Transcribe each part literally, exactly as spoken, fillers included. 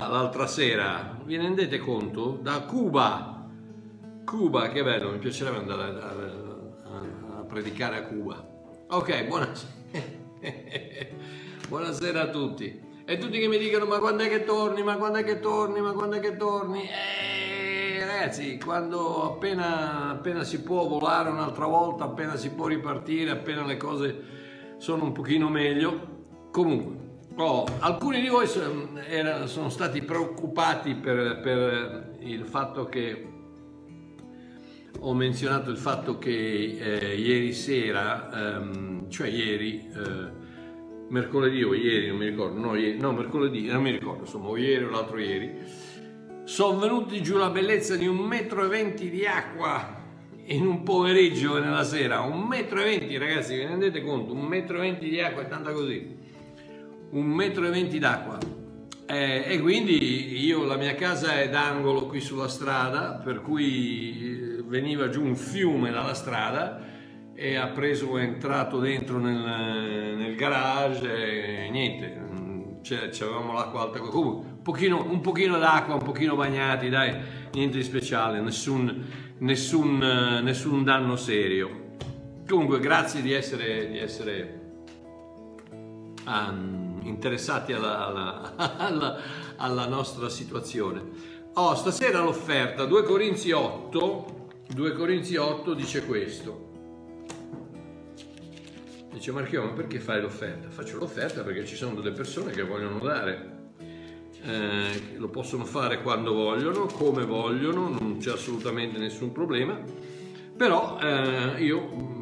Cuba l'altra sera, vi rendete conto? Da Cuba, Cuba, che bello, mi piacerebbe andare a, a, a predicare a Cuba. Ok, buonasera. Buonasera a tutti. E tutti che mi dicono: ma quando è che torni, ma quando è che torni, ma quando è che torni? Eh, ragazzi, quando appena, appena si può volare un'altra volta, appena si può ripartire, appena le cose sono un pochino meglio. Comunque, oh, alcuni di voi sono, era, sono stati preoccupati per, per il fatto che ho menzionato il fatto che eh, ieri sera, ehm, cioè ieri, eh, mercoledì o ieri, non mi ricordo, no, ieri, no mercoledì, non mi ricordo, insomma, o ieri o l'altro ieri, sono venuti giù la bellezza di un metro e venti di acqua in un pomeriggio e nella sera. Un metro e venti, ragazzi, vi rendete conto? Un metro e venti di acqua è tanta così. Un metro e venti d'acqua. Eh, e quindi io, la mia casa è d'angolo qui sulla strada, per cui veniva giù un fiume dalla strada e ha preso, è entrato dentro nel, nel garage e niente, c'avevamo l'acqua alta, comunque un pochino, un pochino d'acqua, un pochino bagnati, dai, niente di speciale, nessun, nessun, nessun danno serio. Comunque grazie di essere, di essere um, interessati alla, alla, alla, alla nostra situazione. Oh, stasera l'offerta, due Corinzi otto, due Corinzi otto dice questo. Dice: Marchio, ma perché fai l'offerta? Faccio l'offerta perché ci sono delle persone che vogliono dare, eh, lo possono fare quando vogliono, come vogliono, non c'è assolutamente nessun problema, però eh, io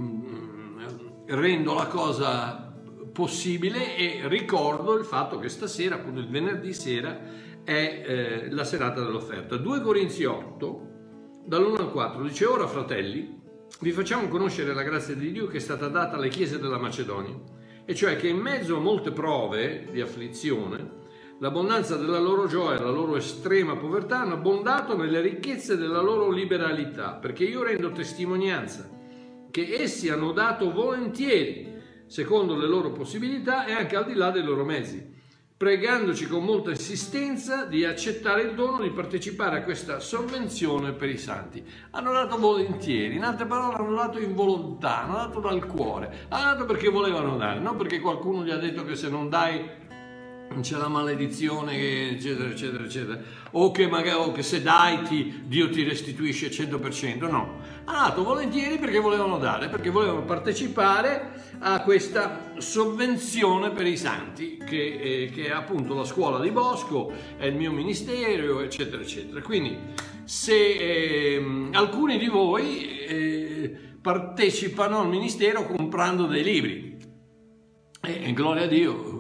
mh, rendo la cosa possibile e ricordo il fatto che stasera, appunto il venerdì sera, è eh, la serata dell'offerta. due Corinzi otto, dall'uno al quattro, dice: ora fratelli, vi facciamo conoscere la grazia di Dio che è stata data alle chiese della Macedonia, e cioè che in mezzo a molte prove di afflizione, l'abbondanza della loro gioia e la loro estrema povertà hanno abbondato nelle ricchezze della loro liberalità, perché io rendo testimonianza che essi hanno dato volentieri, secondo le loro possibilità e anche al di là dei loro mezzi, pregandoci con molta insistenza di accettare il dono di partecipare a questa sovvenzione per i santi. Hanno dato volentieri, in altre parole hanno dato in volontà, hanno dato dal cuore, hanno dato perché volevano dare, non perché qualcuno gli ha detto che se non dai c'è la maledizione, eccetera eccetera eccetera, o che magari o che se dai ti, Dio ti restituisce cento per cento. No, hanno dato volentieri perché volevano dare, perché volevano partecipare a questa sovvenzione per i santi che, eh, che è appunto la scuola di Bosco, è il mio ministero, eccetera eccetera. Quindi se eh, alcuni di voi eh, partecipano al ministero comprando dei libri, e eh, gloria a Dio,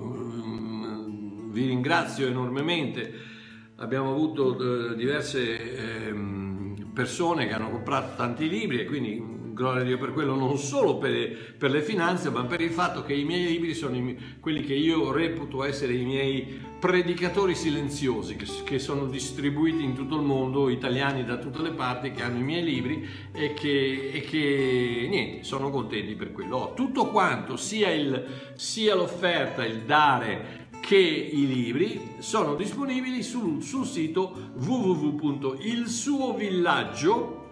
vi ringrazio enormemente. Abbiamo avuto eh, diverse eh, persone che hanno comprato tanti libri, e quindi gloria a Dio per quello, non solo per, per le finanze, ma per il fatto che i miei libri sono i, quelli che io reputo essere i miei predicatori silenziosi, che, che sono distribuiti in tutto il mondo, italiani da tutte le parti che hanno i miei libri e che, e che niente, sono contenti per quello. Oh, tutto quanto, sia, il, sia l'offerta, il dare, che i libri sono disponibili sul, sul sito w w w punto il suo villaggio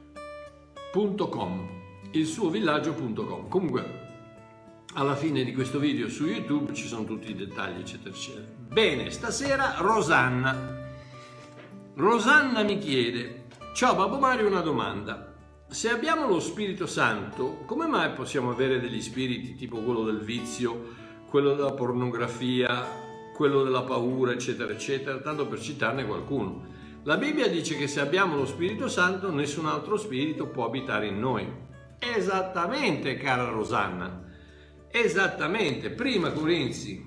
punto com, il suo villaggio punto com. Comunque alla fine di questo video su YouTube ci sono tutti i dettagli, eccetera eccetera. Bene, stasera Rosanna Rosanna mi chiede: ciao Babbo Mario, una domanda. Se abbiamo lo Spirito Santo, come mai possiamo avere degli spiriti tipo quello del vizio, quello della pornografia, quello della paura, eccetera eccetera, tanto per citarne qualcuno? La Bibbia dice che se abbiamo lo Spirito Santo nessun altro spirito può abitare in noi. Esattamente, cara Rosanna, esattamente. Prima Corinzi,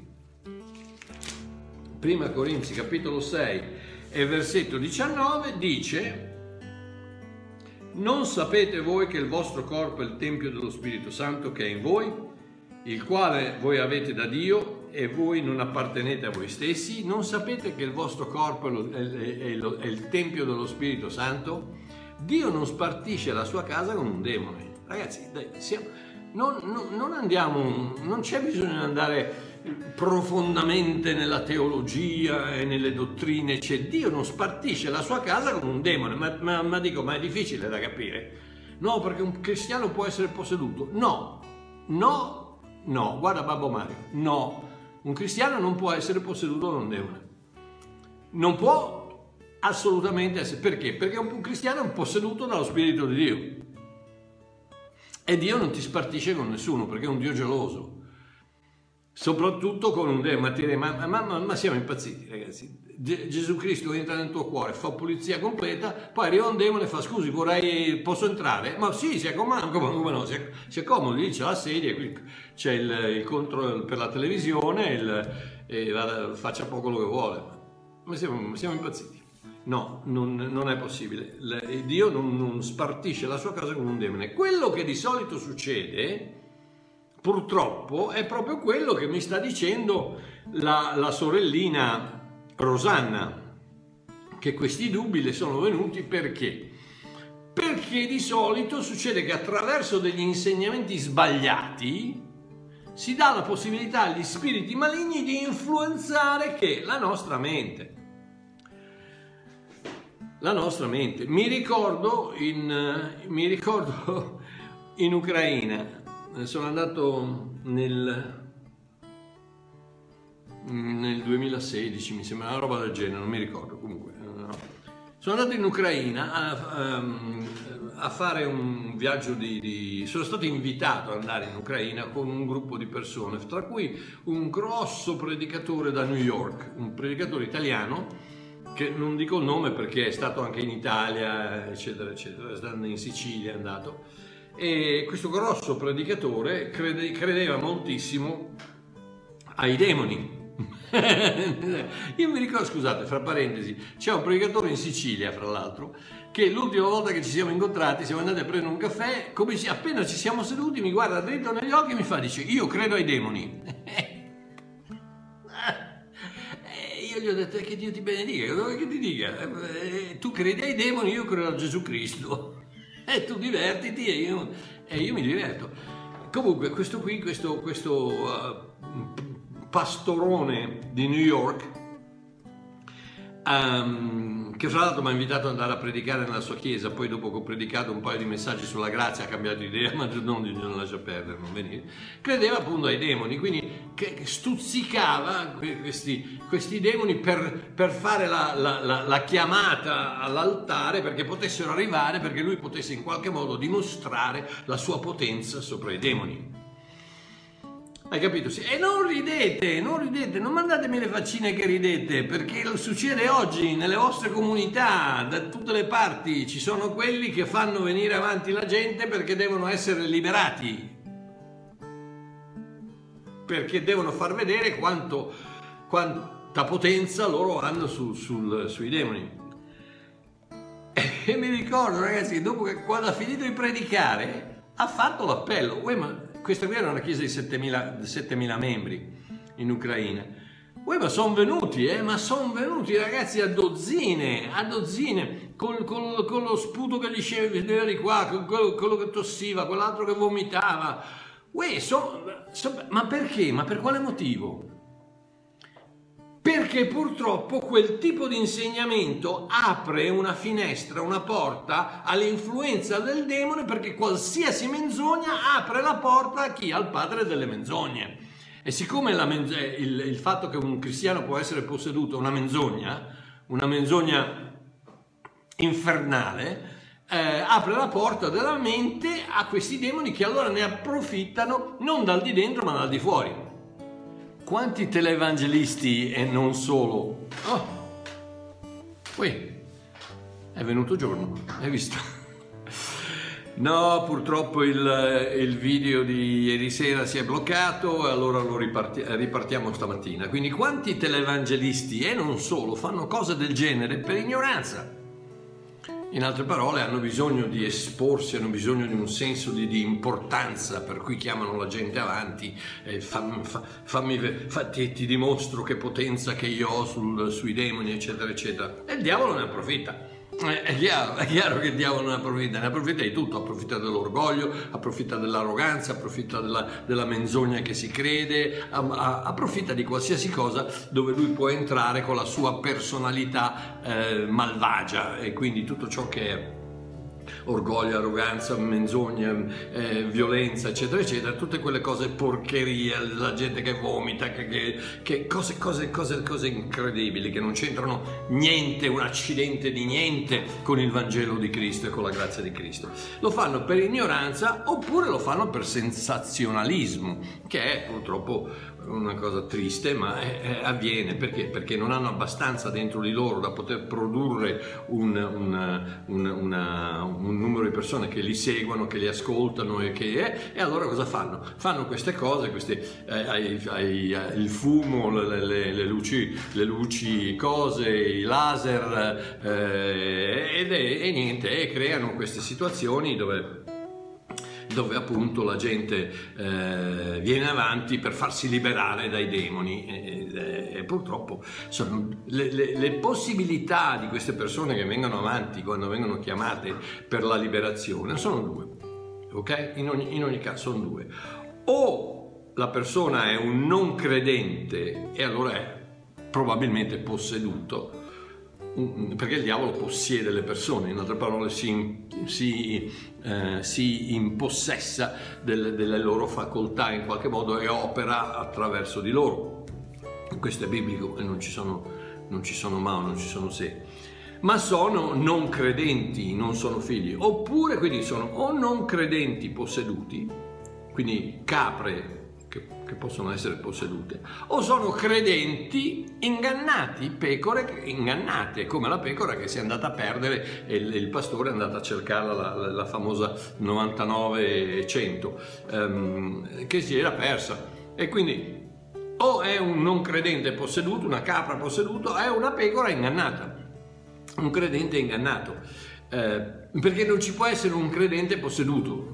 Prima Corinzi capitolo sei e versetto diciannove dice: non sapete voi che il vostro corpo è il tempio dello Spirito Santo che è in voi, il quale voi avete da Dio e voi non appartenete a voi stessi? Non sapete che il vostro corpo è, lo, è, è, lo, è il tempio dello Spirito Santo? Dio non spartisce la sua casa con un demone. Ragazzi, dai, siamo, non, non, non andiamo, non c'è bisogno di andare profondamente nella teologia e nelle dottrine, c'è Dio non spartisce la sua casa con un demone, ma, ma, ma dico, ma è difficile da capire? No, perché un cristiano può essere posseduto. No, no, no, guarda Babbo Mario, no, un cristiano non può essere posseduto da un demone. Non può assolutamente essere, perché? Perché un cristiano è posseduto dallo Spirito di Dio. E Dio non ti spartisce con nessuno, perché è un Dio geloso. Soprattutto con un demone, ma, ma, ma, ma siamo impazziti, ragazzi. G- Gesù Cristo entra nel tuo cuore, fa pulizia completa, poi arriva un demone e fa: scusi, vorrei, posso entrare? Ma sì, si accomoda, come, come no, si, si accomoda, lì c'è la sedia, qui c'è il, il controllo per la televisione, il, e la, faccia poco quello che vuole. Ma siamo, siamo impazziti. No, non, non è possibile. Dio non, non spartisce la sua casa con un demone. Quello che di solito succede, purtroppo, è proprio quello che mi sta dicendo la, la sorellina Rosanna, che questi dubbi le sono venuti perché? Perché di solito succede che attraverso degli insegnamenti sbagliati si dà la possibilità agli spiriti maligni di influenzare che la nostra mente. La nostra mente. Mi ricordo in, mi ricordo in Ucraina. Sono andato nel, nel duemilasedici, mi sembra una roba del genere, non mi ricordo, comunque. No. Sono andato in Ucraina a, a fare un viaggio di, di... Sono stato invitato ad andare in Ucraina con un gruppo di persone, tra cui un grosso predicatore da New York, un predicatore italiano, che non dico il nome perché è stato anche in Italia, eccetera, eccetera, è stato in Sicilia, è andato. E questo grosso predicatore crede, credeva moltissimo ai demoni. Io mi ricordo, scusate, fra parentesi, c'è un predicatore in Sicilia, fra l'altro, che l'ultima volta che ci siamo incontrati, siamo andati a prendere un caffè, come si, appena ci siamo seduti, mi guarda dritto negli occhi e mi fa, dice: io credo ai demoni. Io gli ho detto: che Dio ti benedica, che ti dica, tu credi ai demoni, io credo a Gesù Cristo. E tu divertiti e io, e io mi diverto. Comunque questo qui, questo, questo uh, pastorone di New York, um, che fra l'altro mi ha invitato ad andare a predicare nella sua chiesa, poi dopo che ho predicato un paio di messaggi sulla grazia ha cambiato idea, ma non, non lascia perdere, non venire. Credeva appunto ai demoni, quindi che stuzzicava questi, questi demoni per, per fare la, la, la, la chiamata all'altare, perché potessero arrivare, perché lui potesse in qualche modo dimostrare la sua potenza sopra i demoni. Hai capito? Sì. E non ridete, non ridete, non mandatemi le faccine che ridete, perché lo succede oggi nelle vostre comunità, da tutte le parti. Ci sono quelli che fanno venire avanti la gente perché devono essere liberati, perché devono far vedere quanto, quanta potenza loro hanno su, sul, sui demoni. E mi ricordo, ragazzi, dopo che quando ha finito di predicare ha fatto l'appello. Uè, ma questa qui era una chiesa di settemila membri in Ucraina. Uè, ma sono venuti, eh, ma sono venuti ragazzi a dozzine, a dozzine, col, col, con lo sputo che gli scendeva di qua, con quello, quello che tossiva, quell'altro che vomitava. Uè, so, so, ma perché? Ma per quale motivo? Perché purtroppo quel tipo di insegnamento apre una finestra, una porta all'influenza del demone, perché qualsiasi menzogna apre la porta a chi? Al padre delle menzogne. E siccome la menz- il, il fatto che un cristiano può essere posseduto è una menzogna, una menzogna infernale, eh, apre la porta della mente a questi demoni che allora ne approfittano non dal di dentro ma dal di fuori. Quanti televangelisti e non solo? Oh, qui è venuto giorno, hai visto? No, purtroppo il, il video di ieri sera si è bloccato e allora lo riparti, ripartiamo stamattina. Quindi quanti televangelisti e non solo fanno cose del genere per ignoranza? In altre parole, hanno bisogno di esporsi, hanno bisogno di un senso di, di importanza, per cui chiamano la gente avanti, eh, fammi, fa, fammi, fa, ti, ti dimostro che potenza che io ho sul, sui demoni, eccetera, eccetera. E il diavolo ne approfitta. È chiaro, è chiaro che il diavolo ne approfitta, ne approfitta di tutto, approfitta dell'orgoglio, approfitta dell'arroganza, approfitta della, della menzogna che si crede, approfitta di qualsiasi cosa dove lui può entrare con la sua personalità eh, malvagia, e quindi tutto ciò che è orgoglio, arroganza, menzogna, eh, violenza, eccetera eccetera, tutte quelle cose, porcherie, la gente che vomita, che, che, che cose, cose, cose, cose incredibili che non c'entrano niente, un accidente di niente con il Vangelo di Cristo e con la grazia di Cristo. Lo fanno per ignoranza oppure lo fanno per sensazionalismo, che è purtroppo una cosa triste, ma è, è, avviene perché? Perché non hanno abbastanza dentro di loro da poter produrre un, una, una, una, un numero di persone che li seguono, che li ascoltano e che è, e allora cosa fanno? Fanno queste cose, queste, eh, ai, ai, ai, il fumo, le, le, le luci, le luci cose, i laser eh, ed è, e niente, e creano queste situazioni dove dove appunto la gente eh, viene avanti per farsi liberare dai demoni e, e, e purtroppo sono le, le, le possibilità di queste persone che vengono avanti quando vengono chiamate per la liberazione sono due, ok? In ogni, in ogni caso sono due: o la persona è un non credente e allora è probabilmente posseduto, perché il diavolo possiede le persone, in altre parole si, si, eh, si impossessa delle, delle loro facoltà in qualche modo e opera attraverso di loro. Questo è biblico e non ci sono, non ci sono ma, non ci sono se. Ma sono non credenti, non sono figli, oppure quindi sono o non credenti posseduti, quindi capre Che, che possono essere possedute, o sono credenti ingannati, pecore ingannate, come la pecora che si è andata a perdere e il, il pastore è andato a cercarla, la, la, la famosa novantanove cento ehm, che si era persa. E quindi o è un non credente posseduto, una capra posseduta, o è una pecora ingannata, un credente ingannato, eh, perché non ci può essere un credente posseduto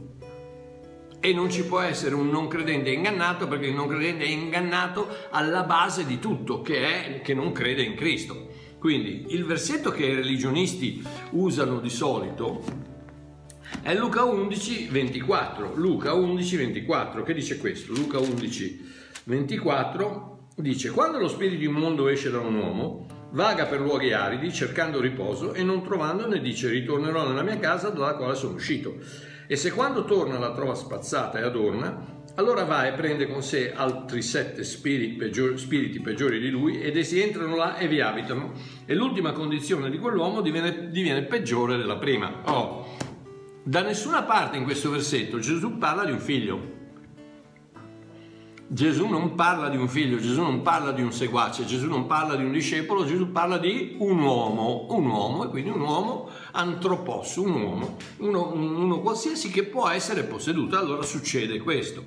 e non ci può essere un non credente ingannato, perché il non credente è ingannato alla base di tutto, che è che non crede in Cristo. Quindi il versetto che i religionisti usano di solito è Luca undici ventiquattro. Luca undici ventiquattro, che dice questo? Luca undici ventiquattro dice: quando lo spirito immondo esce da un uomo, vaga per luoghi aridi cercando riposo e non trovandone dice: ritornerò nella mia casa dalla quale sono uscito. E se quando torna la trova spazzata e adorna, allora va e prende con sé altri sette spiriti peggiori, spiriti peggiori di lui, ed essi entrano là e vi abitano, e l'ultima condizione di quell'uomo diviene, diviene peggiore della prima. Oh, da nessuna parte in questo versetto Gesù parla di un figlio. Gesù non parla di un figlio, Gesù non parla di un seguace, Gesù non parla di un discepolo, Gesù parla di un uomo, un uomo, e quindi un uomo antropos, un uomo, uno, uno qualsiasi che può essere posseduto. Allora succede questo.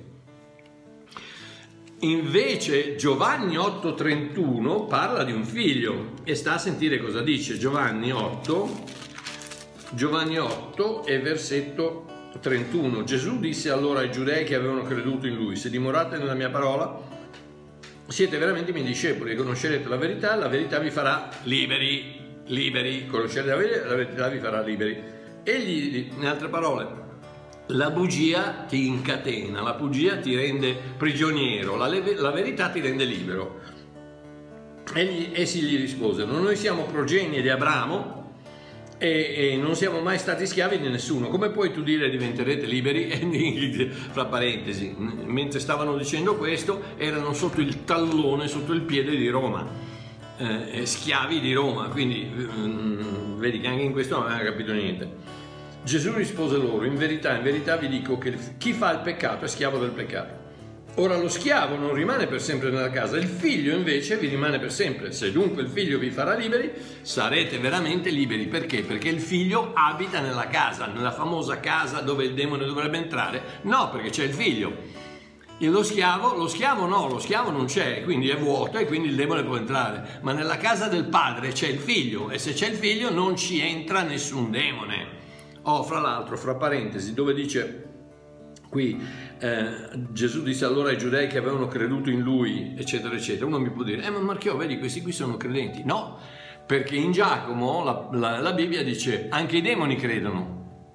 Invece Giovanni otto trentuno parla di un figlio, e sta a sentire cosa dice Giovanni otto, Giovanni otto e versetto trentuno. Gesù disse allora ai giudei che avevano creduto in lui: se dimorate nella mia parola siete veramente i miei discepoli e conoscerete la verità, la verità vi farà liberi. Liberi, conoscerete la verità, la verità vi farà liberi. Egli, in altre parole, la bugia ti incatena, la bugia ti rende prigioniero, la, la verità ti rende libero. Egli, essi gli risposero: noi siamo progenie di Abramo E, e non siamo mai stati schiavi di nessuno. Come puoi tu dire diventerete liberi? E, fra parentesi, mentre stavano dicendo questo, erano sotto il tallone, sotto il piede di Roma, eh, schiavi di Roma. Quindi mm, vedi che anche in questo non avevano capito niente. Gesù rispose loro: in verità, in verità vi dico che chi fa il peccato è schiavo del peccato. Ora lo schiavo non rimane per sempre nella casa, il figlio invece vi rimane per sempre. Se dunque il figlio vi farà liberi, sarete veramente liberi. Perché? Perché il figlio abita nella casa, nella famosa casa dove il demone dovrebbe entrare. No, perché c'è il figlio. E lo schiavo, lo schiavo no, lo schiavo non c'è, quindi è vuoto e quindi il demone può entrare. Ma nella casa del padre c'è il figlio, e se c'è il figlio non ci entra nessun demone. Oh, fra l'altro, fra parentesi, dove dice... Qui eh, Gesù disse allora ai giudei che avevano creduto in lui, eccetera, eccetera. Uno mi può dire: eh ma Marchiò, vedi, questi qui sono credenti. No, perché in Giacomo la, la, la Bibbia dice anche i demoni credono,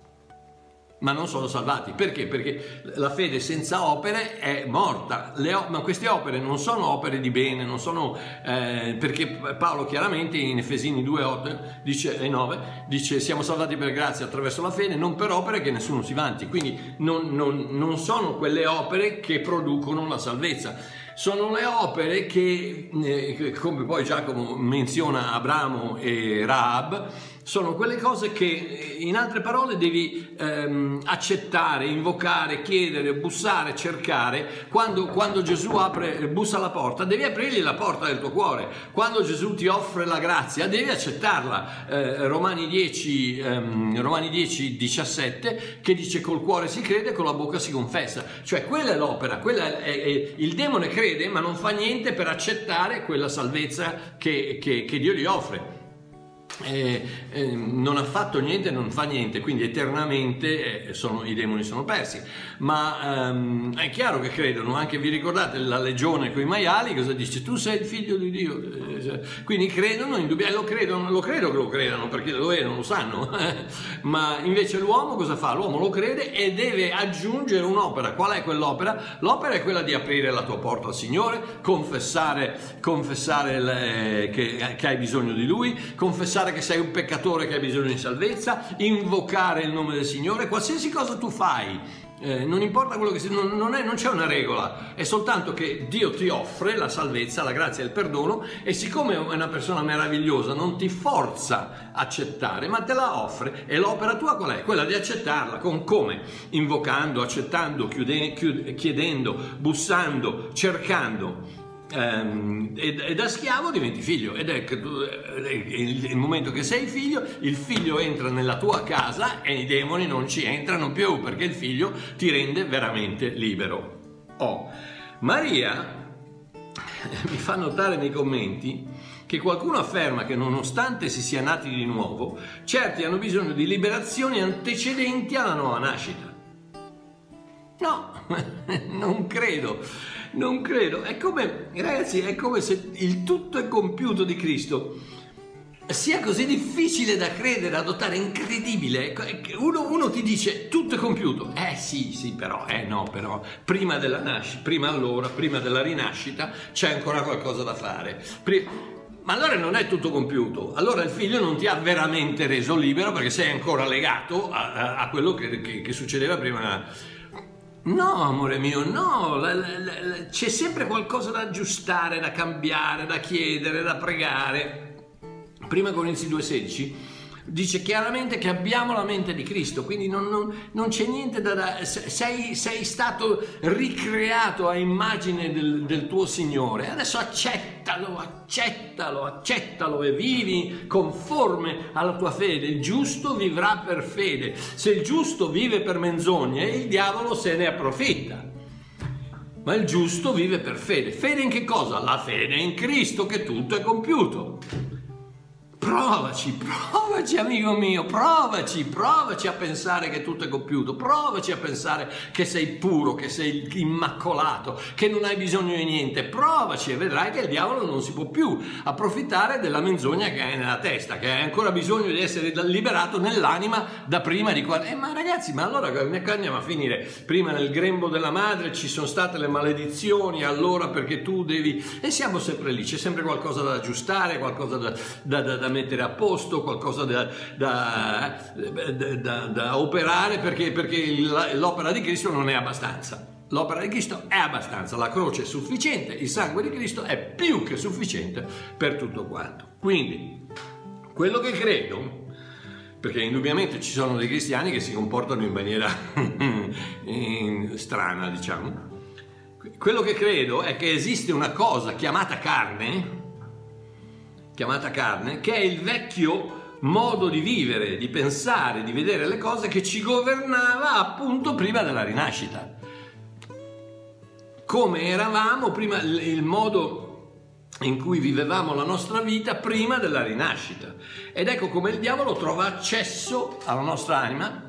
ma non sono salvati. Perché? Perché la fede senza opere è morta. Le, ma queste opere non sono opere di bene, non sono eh, perché Paolo chiaramente in Efesini due otto dice, e nove dice siamo salvati per grazia attraverso la fede, non per opere che nessuno si vanti. Quindi non, non, non sono quelle opere che producono la salvezza, sono le opere che, eh, come poi Giacomo menziona Abramo e Rahab, sono quelle cose che, in altre parole, devi ehm, accettare, invocare, chiedere, bussare, cercare. Quando, quando Gesù apre, bussa alla porta, devi aprirgli la porta del tuo cuore. Quando Gesù ti offre la grazia, devi accettarla. Eh, Romani dieci, ehm, Romani dieci diciassette, che dice col cuore si crede, con la bocca si confessa. Cioè quella è l'opera, quella è, è, il demone crede ma non fa niente per accettare quella salvezza che, che, che Dio gli offre. Eh, eh, non ha fatto niente, non fa niente, quindi eternamente eh, sono, i demoni sono persi. Ma ehm, è chiaro che credono. Anche vi ricordate la legione con i maiali, cosa dice? Tu sei il figlio di Dio. Eh, quindi credono, indubbiamente lo credono, lo credo che lo credano, perché lo è, non lo sanno. Ma invece l'uomo cosa fa? L'uomo lo crede e deve aggiungere un'opera. Qual è quell'opera? L'opera è quella di aprire la tua porta al Signore, confessare, confessare le, che, che hai bisogno di Lui, confessare che sei un peccatore che ha bisogno di salvezza, invocare il nome del Signore. Qualsiasi cosa tu fai, eh, non importa quello che sia, non, non, è, non c'è una regola, è soltanto che Dio ti offre la salvezza, la grazia e il perdono, e siccome è una persona meravigliosa non ti forza a accettare, ma te la offre. E l'opera tua qual è? Quella di accettarla. Con come? Invocando, accettando, chiude, chiude, chiedendo, bussando, cercando. Um, e, e da schiavo diventi figlio, ed è, che tu, è il, il momento che sei figlio, il figlio entra nella tua casa e i demoni non ci entrano più, perché il figlio ti rende veramente libero. Oh, Maria mi fa notare nei commenti che qualcuno afferma che nonostante si sia nati di nuovo, certi hanno bisogno di liberazioni antecedenti alla nuova nascita. No, non credo. Non credo, è come, ragazzi, è come se il tutto è compiuto di Cristo sia così difficile da credere, da adottare, incredibile. Uno, uno ti dice tutto è compiuto, eh sì, sì, però, eh no, però, prima della nascita, prima allora, prima della rinascita c'è ancora qualcosa da fare. Prima... Ma allora non è tutto compiuto, allora il figlio non ti ha veramente reso libero, perché sei ancora legato a, a, a quello che, che, che succedeva prima. No, amore mio, no, la, la, la, c'è sempre qualcosa da aggiustare, da cambiare, da chiedere, da pregare. Prima Corinzi due sedici dice chiaramente che abbiamo la mente di Cristo, quindi non, non, non c'è niente da... da sei, sei stato ricreato a immagine del, del tuo Signore, adesso accettalo, accettalo, accettalo e vivi conforme alla tua fede. Il giusto vivrà per fede. Se il giusto vive per menzogne, il diavolo se ne approfitta. Ma il giusto vive per fede. Fede in che cosa? La fede in Cristo, che tutto è compiuto. Provaci, provaci amico mio, provaci, provaci a pensare che tutto è compiuto, provaci a pensare che sei puro, che sei immacolato, che non hai bisogno di niente, provaci e vedrai che il diavolo non si può più approfittare della menzogna che hai nella testa, che hai ancora bisogno di essere liberato nell'anima da prima di quando... Eh, ma ragazzi, ma allora andiamo a finire? Prima nel grembo della madre ci sono state le maledizioni, allora perché tu devi... E siamo sempre lì, c'è sempre qualcosa da aggiustare, qualcosa da, da, da, da mettere a posto, qualcosa da, da, da, da, da operare, perché, perché l'opera di Cristo non è abbastanza. L'opera di Cristo è abbastanza, la croce è sufficiente, il sangue di Cristo è più che sufficiente per tutto quanto. Quindi, quello che credo, perché indubbiamente ci sono dei cristiani che si comportano in maniera in, strana, diciamo, quello che credo è che esiste una cosa chiamata carne, chiamata carne, che è il vecchio modo di vivere, di pensare, di vedere le cose che ci governava appunto prima della rinascita. Come eravamo prima, il modo in cui vivevamo la nostra vita prima della rinascita. Ed ecco come il diavolo trova accesso alla nostra anima,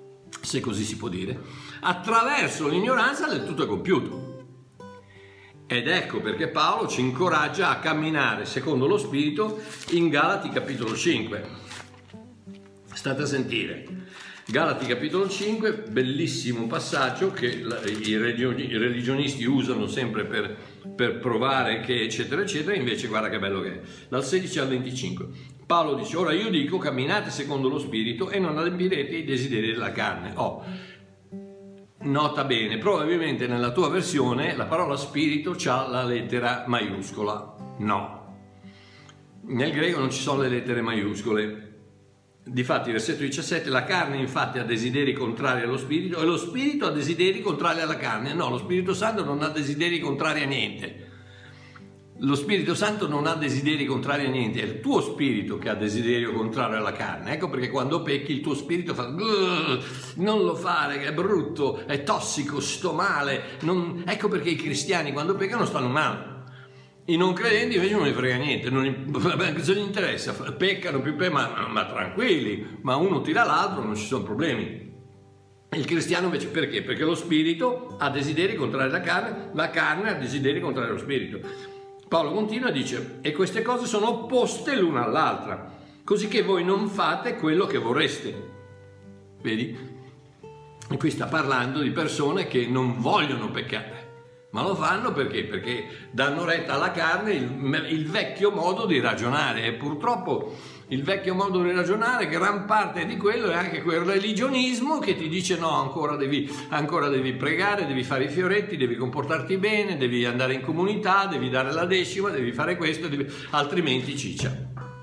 se così si può dire, attraverso l'ignoranza del tutto è compiuto. Ed ecco perché Paolo ci incoraggia a camminare secondo lo Spirito in Galati capitolo cinque. State a sentire. Galati capitolo cinque, bellissimo passaggio che i religionisti usano sempre per, per provare che eccetera eccetera, invece guarda che bello che è. Dal sedici al venticinque. Paolo dice: ora io dico, camminate secondo lo Spirito e non adempirete i desideri della carne. Oh, nota bene, probabilmente nella tua versione la parola spirito c'ha la lettera maiuscola. No, nel greco non ci sono le lettere maiuscole. Difatti, versetto diciassette, la carne infatti ha desideri contrari allo spirito e lo spirito ha desideri contrari alla carne. No, lo Spirito Santo non ha desideri contrari a niente. Lo Spirito Santo non ha desideri contrari a niente, è il tuo spirito che ha desiderio contrario alla carne. Ecco perché quando pecchi il tuo spirito fa non lo fare, che è brutto, è tossico, sto male. Non... Ecco perché i cristiani quando peccano stanno male. I non credenti invece non gli frega niente, non gli, cosa gli interessa, peccano più pe- ma, ma tranquilli, ma uno tira l'altro, non ci sono problemi. Il cristiano invece perché? Perché lo spirito ha desideri contrari alla carne, la carne ha desideri contrari allo spirito. Paolo continua e dice: e queste cose sono opposte l'una all'altra, così che voi non fate quello che vorreste. Vedi? E qui sta parlando di persone che non vogliono peccare. Ma lo fanno perché? Perché danno retta alla carne, il, il vecchio modo di ragionare, e purtroppo il vecchio modo di ragionare, gran parte di quello è anche quel religionismo che ti dice no, ancora devi, ancora devi pregare, devi fare i fioretti, devi comportarti bene, devi andare in comunità, devi dare la decima, devi fare questo, devi, altrimenti ciccia.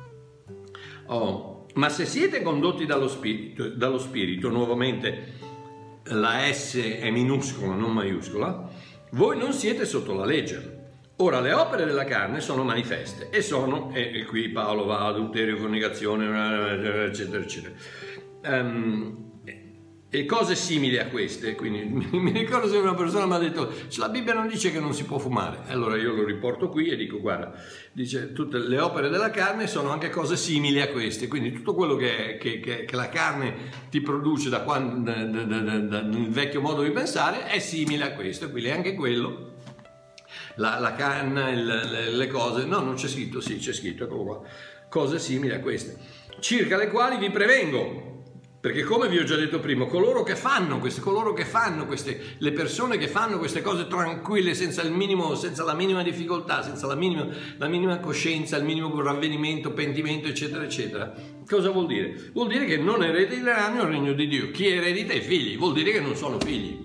Oh, ma se siete condotti dallo spirito, dallo spirito, nuovamente la S è minuscola, non maiuscola, voi non siete sotto la legge. Ora le opere della carne sono manifeste e sono, e, e qui Paolo va adulterio, fornicazione, eccetera eccetera, um, e cose simili a queste. Quindi mi ricordo se una persona mi ha detto la Bibbia non dice che non si può fumare, allora io lo riporto qui e dico guarda, dice tutte le opere della carne sono anche cose simili a queste, quindi tutto quello che, che, che, che la carne ti produce da quando, da, da, da, da, dal vecchio modo di pensare è simile a questo, quindi anche quello. La, la canna, il, le, le cose, no, non c'è scritto, sì, c'è scritto, eccolo qua, cose simili a queste, circa le quali vi prevengo, perché come vi ho già detto prima, coloro che fanno queste, coloro che fanno queste, le persone che fanno queste cose tranquille, senza il minimo, senza la minima difficoltà, senza la minima, la minima coscienza, il minimo ravvedimento, pentimento, eccetera, eccetera, cosa vuol dire? Vuol dire che non erediteranno il regno di Dio. Chi eredita i figli, vuol dire che non sono figli,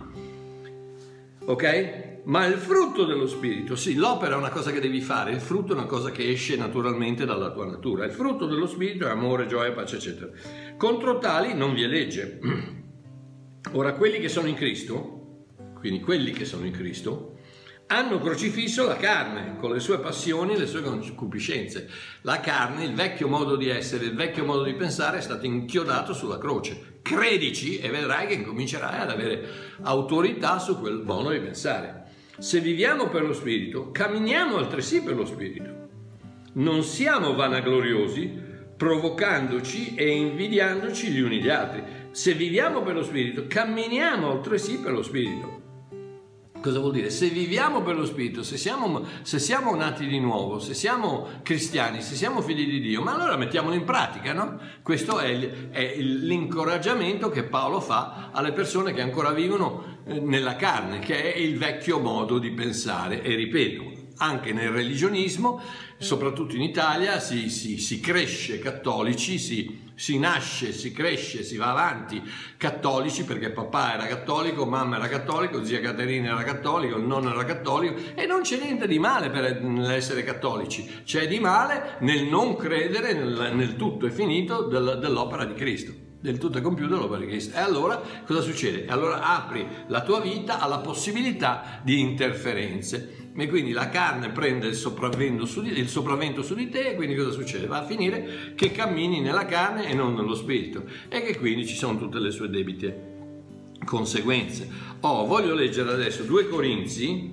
ok? Ma il frutto dello spirito, sì, l'opera è una cosa che devi fare, il frutto è una cosa che esce naturalmente dalla tua natura. Il frutto dello spirito è amore, gioia, pace, eccetera. Contro tali non vi è legge. Ora, quelli che sono in Cristo, quindi quelli che sono in Cristo, hanno crocifisso la carne con le sue passioni e le sue concupiscenze. La carne, il vecchio modo di essere, il vecchio modo di pensare è stato inchiodato sulla croce. Credici e vedrai che incomincerai ad avere autorità su quel modo di pensare. Se viviamo per lo Spirito, camminiamo altresì per lo Spirito. Non siamo vanagloriosi, provocandoci e invidiandoci gli uni gli altri. Se viviamo per lo Spirito, camminiamo altresì per lo Spirito. Cosa vuol dire? Se viviamo per lo Spirito, se siamo, se siamo nati di nuovo, se siamo cristiani, se siamo figli di Dio, ma allora mettiamolo in pratica, no? Questo è, il, è l'incoraggiamento che Paolo fa alle persone che ancora vivono nella carne, che è il vecchio modo di pensare. E ripeto, anche nel religionismo, soprattutto in Italia, si, si, si cresce cattolici, si, si nasce, si cresce, si va avanti cattolici perché papà era cattolico, mamma era cattolico, zia Caterina era cattolico, il nonno era cattolico, e non c'è niente di male per essere cattolici, c'è di male nel non credere nel, nel tutto è finito del, dell'opera di Cristo, del tutto è compiuto l'opera di Cristo. E allora cosa succede? Allora apri la tua vita alla possibilità di interferenze. E quindi la carne prende il sopravvento su di, il sopravvento su di te, e quindi cosa succede? Va a finire che cammini nella carne e non nello spirito, e che quindi ci sono tutte le sue debite conseguenze. Oh, voglio leggere adesso due Corinzi,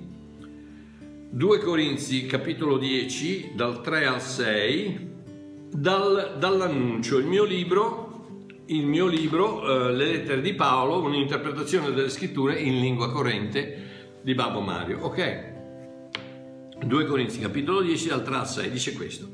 due Corinzi capitolo dieci, dal tre al sei, dal, dall'annuncio, il mio libro, il mio libro eh, Le lettere di Paolo, un'interpretazione delle scritture in lingua corrente di Babbo Mario, ok? due Corinzi capitolo dieci dal tre al sei dice questo.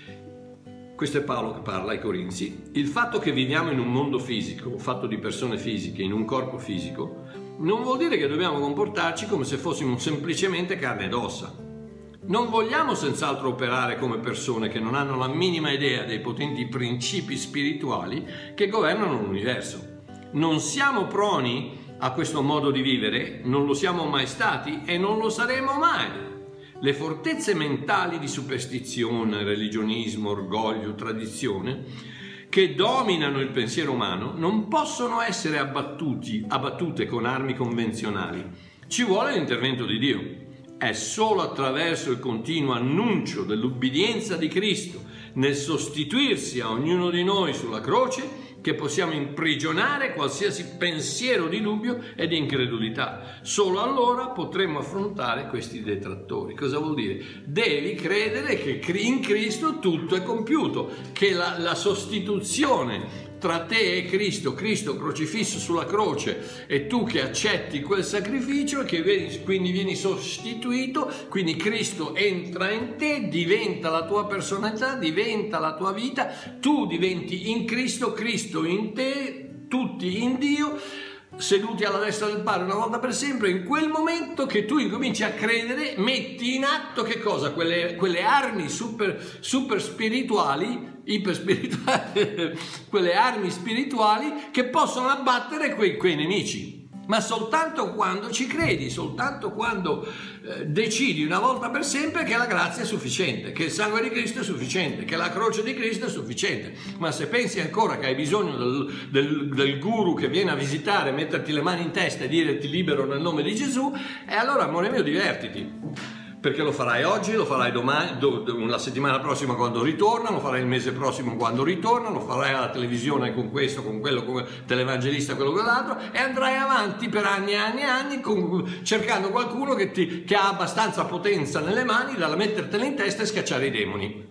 Questo è Paolo che parla ai Corinzi. Il fatto che viviamo in un mondo fisico, fatto di persone fisiche, in un corpo fisico, non vuol dire che dobbiamo comportarci come se fossimo semplicemente carne ed ossa. Non vogliamo senz'altro operare come persone che non hanno la minima idea dei potenti principi spirituali che governano l'universo. Non siamo proni a questo modo di vivere, non lo siamo mai stati e non lo saremo mai. Le fortezze mentali di superstizione, religionismo, orgoglio, tradizione che dominano il pensiero umano non possono essere abbattuti, abbattute con armi convenzionali. Ci vuole l'intervento di Dio. È solo attraverso il continuo annuncio dell'ubbidienza di Cristo nel sostituirsi a ognuno di noi sulla croce che possiamo imprigionare qualsiasi pensiero di dubbio e di incredulità. Solo allora potremo affrontare questi detrattori. Cosa vuol dire? Devi credere che in Cristo tutto è compiuto, che la, la sostituzione tra te e Cristo, Cristo crocifisso sulla croce e tu che accetti quel sacrificio, che vieni, quindi vieni sostituito, quindi Cristo entra in te, diventa la tua personalità, diventa la tua vita, tu diventi in Cristo, Cristo in te, tutti in Dio, seduti alla destra del Padre una volta per sempre. In quel momento che tu incominci a credere, metti in atto che cosa? Quelle, quelle armi super, super spirituali, iper spirituali, quelle armi spirituali che possono abbattere quei, quei nemici. Ma soltanto quando ci credi, soltanto quando eh, decidi una volta per sempre che la grazia è sufficiente, che il sangue di Cristo è sufficiente, che la croce di Cristo è sufficiente. Ma se pensi ancora che hai bisogno del, del, del guru che viene a visitare, metterti le mani in testa e dire ti libero nel nome di Gesù, e allora, amore mio, divertiti. Perché lo farai oggi, lo farai domani, do, la settimana prossima quando ritorna, lo farai il mese prossimo quando ritorna, lo farai alla televisione con questo, con quello, con televangelista, quello, quell'altro, e andrai avanti per anni e anni e anni con, cercando qualcuno che, ti, che ha abbastanza potenza nelle mani da mettertela in testa e schiacciare i demoni.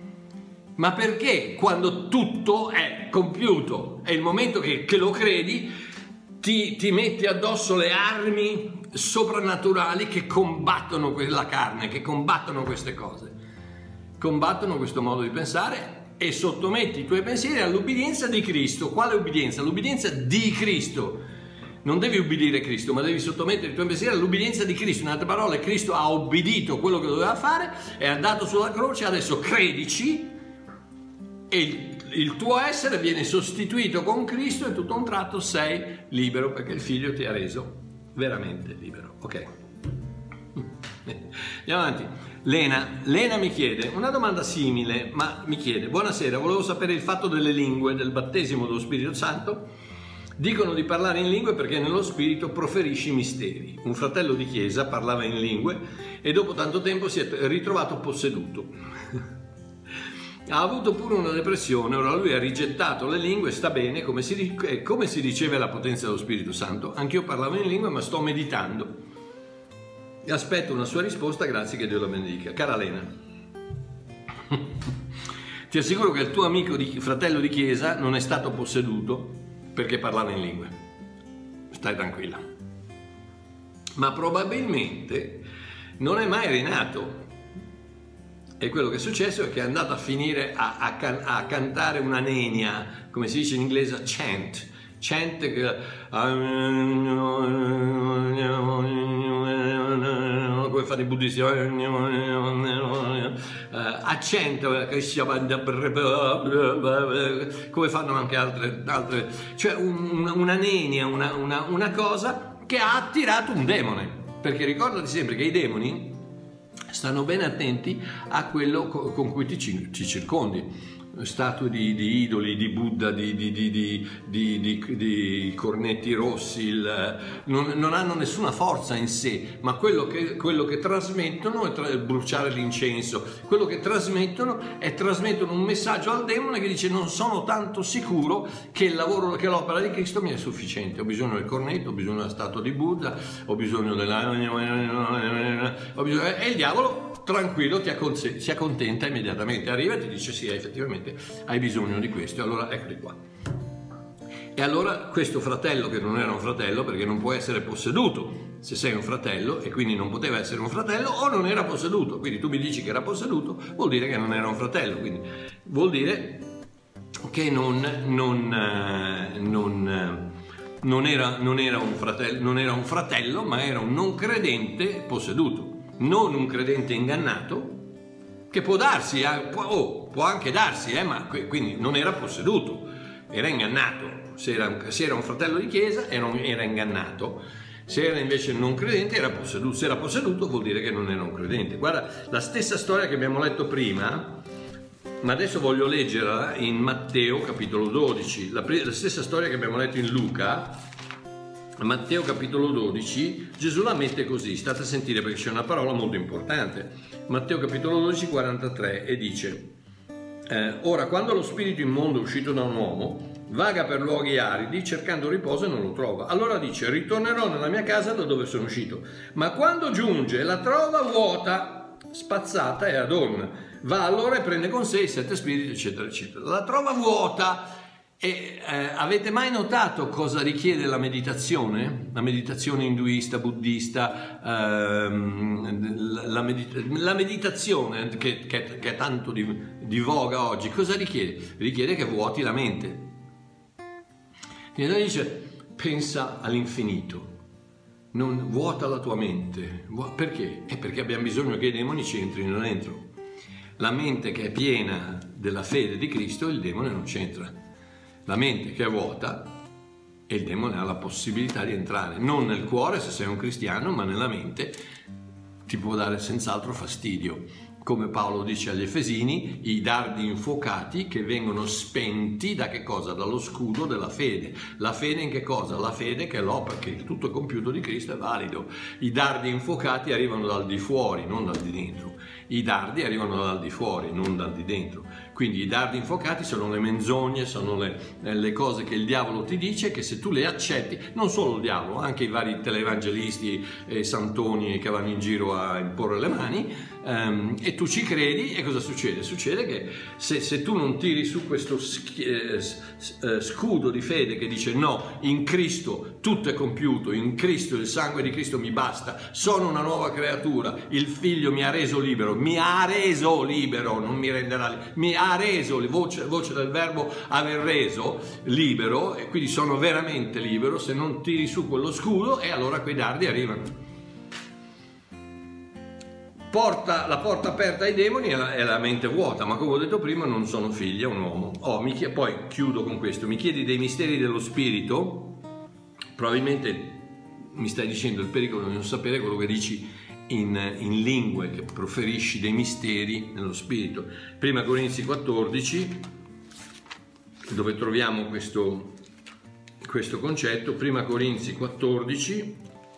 Ma perché quando tutto è compiuto, è il momento che, che lo credi, ti, ti metti addosso le armi soprannaturali che combattono la carne, che combattono queste cose, combattono questo modo di pensare, e sottometti i tuoi pensieri all'ubbidienza di Cristo. Quale ubbidienza? L'ubbidienza di Cristo. Non devi ubbidire Cristo, ma devi sottomettere i tuoi pensieri all'ubbidienza di Cristo. In altre parole, Cristo ha obbedito quello che doveva fare, è andato sulla croce, adesso credici e il, il tuo essere viene sostituito con Cristo e tutto a un tratto sei libero, perché il Figlio ti ha reso veramente libero. Ok, andiamo avanti. Lena, Lena mi chiede una domanda simile, ma mi chiede: buonasera, volevo sapere il fatto delle lingue, del battesimo dello Spirito Santo. Dicono di parlare in lingue perché nello Spirito proferisci misteri. Un fratello di chiesa parlava in lingue e dopo tanto tempo si è ritrovato posseduto. Ha avuto pure una depressione, ora lui ha rigettato le lingue, sta bene, come si, come si riceve la potenza dello Spirito Santo? Anch'io parlavo in lingue, ma sto meditando e aspetto una sua risposta, grazie, che Dio la benedica. Cara Lena, ti assicuro che il tuo amico, di, fratello di chiesa, non è stato posseduto perché parlava in lingue, stai tranquilla, ma probabilmente non è mai rinato. E quello che è successo è che è andato a finire a, a, can, a cantare una nenia, come si dice in inglese, chant, chant che, come fanno i buddisti, accento, come fanno anche altre, altre cioè un, una nenia, una, una, una cosa che ha attirato un demone, perché ricordati sempre che i demoni stanno bene attenti a quello con cui ti, ti circondi. Statue di, di idoli, di Buddha, di, di, di, di, di, di, di cornetti rossi, il, non, non hanno nessuna forza in sé, ma quello che, quello che trasmettono è tra, bruciare l'incenso, quello che trasmettono è trasmettono un messaggio al demone che dice: non sono tanto sicuro che il lavoro, che l'opera di Cristo mi è sufficiente, ho bisogno del cornetto, ho bisogno della statua di Buddha, ho bisogno della... Ho bisogno... e il diavolo tranquillo ti acconse- si accontenta immediatamente, arriva e ti dice: sì, effettivamente hai bisogno di questo. Allora eccoli qua. E allora questo fratello, che non era un fratello perché non può essere posseduto se sei un fratello, e quindi non poteva essere un fratello, o non era posseduto. Quindi tu mi dici che era posseduto, vuol dire che non era un fratello, quindi vuol dire che non, non, non, non, era, non, era un fratello, non era un fratello, ma era un non credente posseduto, non un credente ingannato, che può darsi, eh, può, oh, può anche darsi, eh, ma quindi non era posseduto, era ingannato. Se era, se era un fratello di chiesa era, un, era ingannato, se era invece non credente era posseduto. Se era posseduto vuol dire che non era un credente. Guarda, la stessa storia che abbiamo letto prima, ma adesso voglio leggerla in Matteo capitolo dodici, la, la stessa storia che abbiamo letto in Luca. Matteo capitolo dodici, Gesù la mette così, state a sentire perché c'è una parola molto importante. Matteo capitolo dodici, quarantatré, e dice: eh, ora quando lo spirito immondo è uscito da un uomo, vaga per luoghi aridi cercando riposo e non lo trova. Allora dice: ritornerò nella mia casa da dove sono uscito. Ma quando giunge la trova vuota, spazzata e adorna. Va allora e prende con sé i sette spiriti, eccetera, eccetera. La trova vuota. E eh, avete mai notato cosa richiede la meditazione? La meditazione induista, buddista, ehm, la, medita- la meditazione che, che, che è tanto di, di voga oggi, cosa richiede? Richiede che vuoti la mente. E lui dice: pensa all'infinito, non vuota la tua mente. Perché? È perché abbiamo bisogno che i demoni ci entrino dentro. La mente che è piena della fede di Cristo, il demone non c'entra. La mente che è vuota, e il demone ha la possibilità di entrare, non nel cuore se sei un cristiano, ma nella mente. Ti può dare senz'altro fastidio. Come Paolo dice agli Efesini, i dardi infuocati che vengono spenti da che cosa? Dallo scudo della fede. La fede in che cosa? La fede che è l'opera, che tutto compiuto di Cristo è valido. I dardi infuocati arrivano dal di fuori, non dal di dentro. I dardi arrivano dal di fuori, non dal di dentro. Quindi i dardi infuocati sono le menzogne, sono le, le cose che il diavolo ti dice, che se tu le accetti, non solo il diavolo, anche i vari televangelisti e santoni che vanno in giro a imporre le mani, um, e tu ci credi, e cosa succede? Succede che se, se tu non tiri su questo sch- eh, scudo di fede che dice no, in Cristo tutto è compiuto, in Cristo il sangue di Cristo mi basta, sono una nuova creatura, il figlio mi ha reso libero, mi ha reso libero, non mi renderà libero, mi ha reso, voce, voce del verbo aver reso, libero, e quindi sono veramente libero. Se non tiri su quello scudo, e allora quei dardi arrivano. Porta, la porta aperta ai demoni è la, è la mente vuota, ma come ho detto prima non sono figlia, un uomo. Oh, mi chied- poi chiudo con questo, mi chiedi dei misteri dello spirito, probabilmente mi stai dicendo il pericolo di non sapere quello che dici In, in lingue, che proferisci dei misteri nello spirito. Prima Corinzi quattordici, dove troviamo questo, questo concetto. Prima Corinzi quattordici,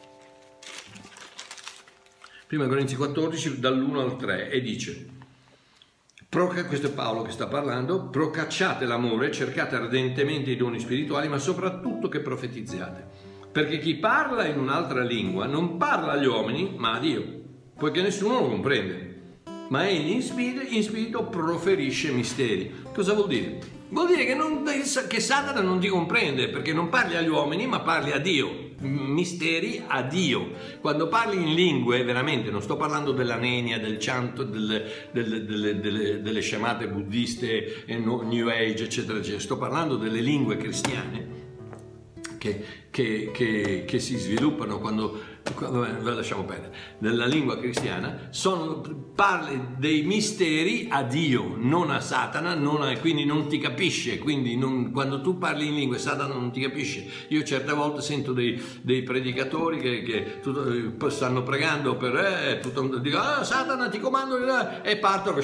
Prima Corinzi quattordici dall'uno al tre, e dice: questo è Paolo che sta parlando, procacciate l'amore, cercate ardentemente i doni spirituali, ma soprattutto che profetizziate. Perché chi parla in un'altra lingua non parla agli uomini, ma a Dio, poiché nessuno lo comprende. Ma egli in spirito, in spirito proferisce misteri. Cosa vuol dire? Vuol dire che, non, che Satana non ti comprende, perché non parli agli uomini, ma parli a Dio. Misteri a Dio. Quando parli in lingue, veramente, non sto parlando della nenia, del canto, delle, delle, delle, delle, delle scemate buddiste, New Age, eccetera, eccetera. Sto parlando delle lingue cristiane. Che, che, che, che si sviluppano quando, quando lasciamo perdere, nella lingua cristiana, sono, parli dei misteri a Dio, non a Satana, non a, quindi non ti capisce, quindi non, quando tu parli in lingue Satana non ti capisce. Io certe volte sento dei, dei predicatori che, che tutto, stanno pregando per eh, tutto, dico ah, Satana ti comando eh, e partono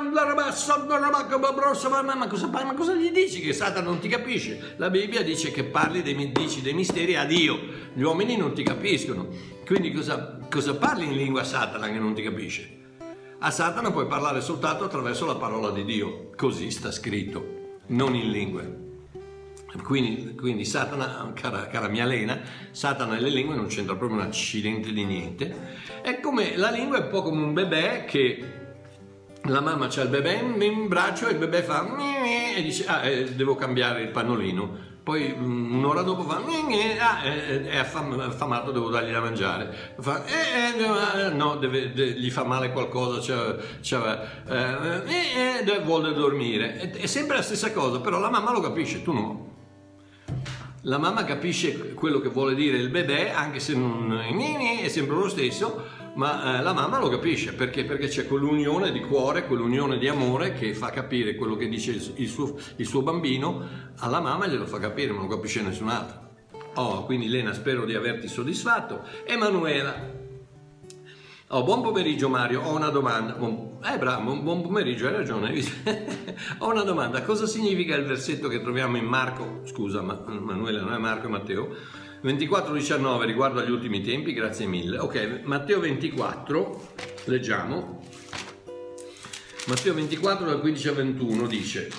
ma cosa, ma cosa gli dici che Satana non ti capisce? La Bibbia dice che parli dei, dici dei misteri a Dio, gli uomini non ti capiscono, quindi cosa, cosa parli in lingua a Satana che non ti capisce? A Satana puoi parlare soltanto attraverso la parola di Dio, così sta scritto, non in lingue. Quindi, quindi Satana, cara, cara mia Lena, Satana e le lingue non c'entra proprio un accidente di niente. È come la lingua è un po' come un bebè che la mamma c'ha il bebè in braccio e il bebè fa e dice ah, eh, devo cambiare il pannolino. poi un'ora dopo fa ah, è affamato, devo dargli da mangiare, fa, eh, eh, no, deve, de, gli fa male qualcosa, cioè, cioè, eh, eh, vuole dormire, è, è sempre la stessa cosa, però la mamma lo capisce, tu no. La mamma capisce quello che vuole dire il bebè, anche se non è sempre lo stesso, ma eh, la mamma lo capisce, perché? Perché c'è quell'unione di cuore, quell'unione di amore che fa capire quello che dice il, il, suo, il suo bambino, alla mamma glielo fa capire, ma non lo capisce nessun altro. Oh, quindi Lena, spero di averti soddisfatto. Emanuela. Oh, buon pomeriggio Mario, ho una domanda. Buon, eh bravo, buon pomeriggio, hai ragione. Ho una domanda, cosa significa il versetto che troviamo in Marco, scusa, ma Manuela non è Marco, è Matteo, ventiquattro diciannove riguardo agli ultimi tempi, grazie mille. Ok, Matteo ventiquattro, leggiamo. Matteo ventiquattro dal quindici al ventuno dice: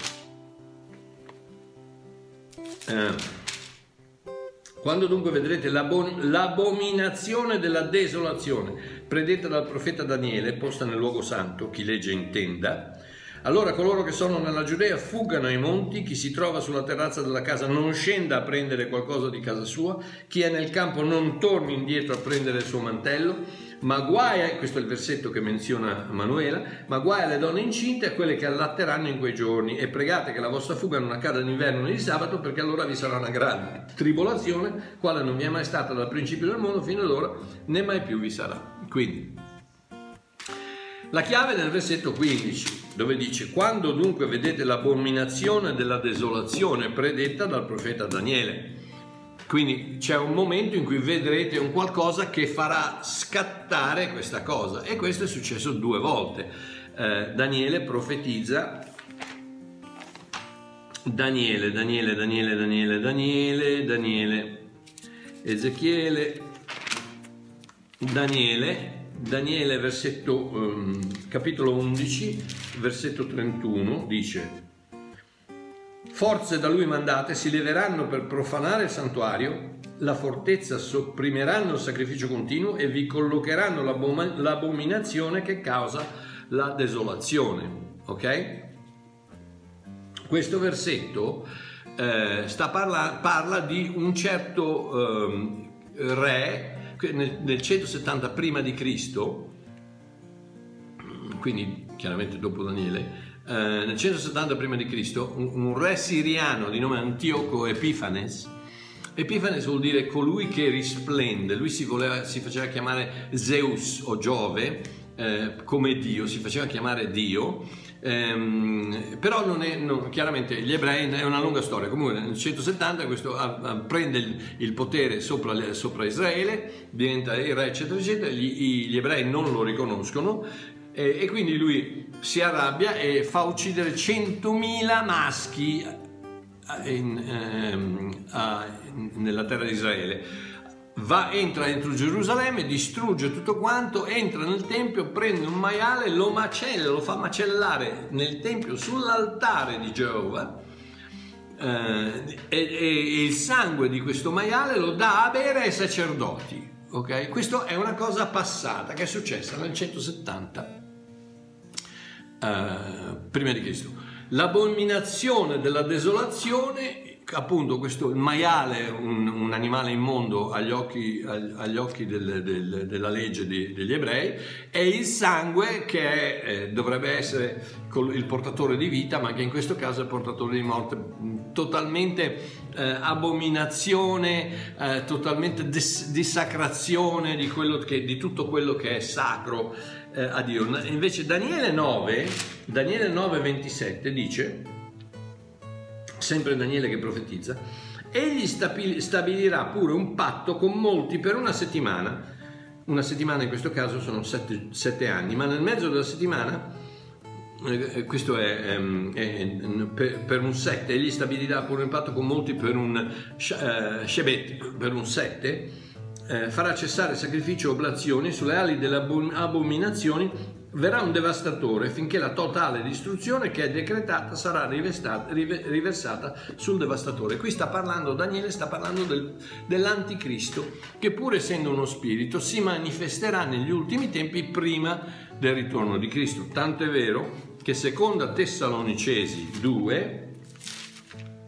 eh, quando dunque vedrete l'abom- l'abominazione della desolazione predetta dal profeta Daniele, posta nel luogo santo, chi legge intenda, allora coloro che sono nella Giudea fuggano ai monti, chi si trova sulla terrazza della casa non scenda a prendere qualcosa di casa sua, chi è nel campo non torni indietro a prendere il suo mantello, ma guai, questo è il versetto che menziona Manuela, ma guai alle donne incinte e a quelle che allatteranno in quei giorni, e pregate che la vostra fuga non accada d'inverno né di sabato, perché allora vi sarà una grande tribolazione, quale non vi è mai stata dal principio del mondo fino ad ora, né mai più vi sarà. Quindi la chiave nel versetto quindici, dove dice: quando dunque vedete l'abominazione della desolazione predetta dal profeta Daniele. Quindi c'è un momento in cui vedrete un qualcosa che farà scattare questa cosa, e questo è successo due volte. Eh, Daniele profetizza, Daniele, Daniele, Daniele, Daniele, Daniele, Daniele, Ezechiele, Daniele, Daniele, versetto, um, capitolo undici, versetto trentuno, dice: forze da lui mandate si leveranno per profanare il santuario, la fortezza sopprimeranno il sacrificio continuo e vi collocheranno l'abom- l'abominazione che causa la desolazione. Ok? Questo versetto eh, sta parla, parla di un certo eh, re che nel, nel centosettanta prima di Cristo, quindi chiaramente dopo Daniele, eh, nel centosettanta prima di Cristo, un, un re siriano di nome Antioco Epifanes. Epifanes vuol dire colui che risplende. Lui si, voleva, si faceva chiamare Zeus o Giove, eh, come Dio, si faceva chiamare Dio. Ehm, però non è, no, chiaramente gli ebrei, è una lunga storia. Comunque nel centosettanta questo a, a, prende il, il potere sopra, sopra Israele, diventa il re eccetera eccetera, gli, gli ebrei non lo riconoscono e, e quindi lui si arrabbia e fa uccidere centomila maschi in, ehm, a, in, nella terra di Israele. Va, entra dentro Gerusalemme, distrugge tutto quanto, entra nel tempio, prende un maiale, lo macella, lo fa macellare nel tempio sull'altare di Geova, eh, e, e il sangue di questo maiale lo dà a bere ai sacerdoti. Ok? Questo è una cosa passata che è successa nel centosettanta eh, prima di Cristo. L'abominazione della desolazione, appunto, questo il maiale, un, un animale immondo agli occhi, agli occhi del, del, della legge di, degli ebrei, e il sangue che è, eh, dovrebbe essere il portatore di vita, ma che in questo caso è il portatore di morte. Totalmente eh, abominazione, eh, totalmente dis- dissacrazione di, quello che, di tutto quello che è sacro eh, a Dio. Invece Daniele nove, Daniele nove ventisette dice, sempre Daniele che profetizza: egli stabilirà pure un patto con molti per una settimana. Una settimana in questo caso sono sette, sette anni, ma nel mezzo della settimana, eh, questo è, è, è per, per un sette, egli stabilirà pure un patto con molti per un uh, Shebet, per un sette, eh, farà cessare sacrificio e oblazioni, sulle ali delle abominazioni verrà un devastatore, finché la totale distruzione che è decretata sarà rivestata, rive, riversata sul devastatore. Qui sta parlando, Daniele sta parlando del, dell'anticristo, che pur essendo uno spirito si manifesterà negli ultimi tempi prima del ritorno di Cristo. Tanto è vero che seconda Tessalonicesi due,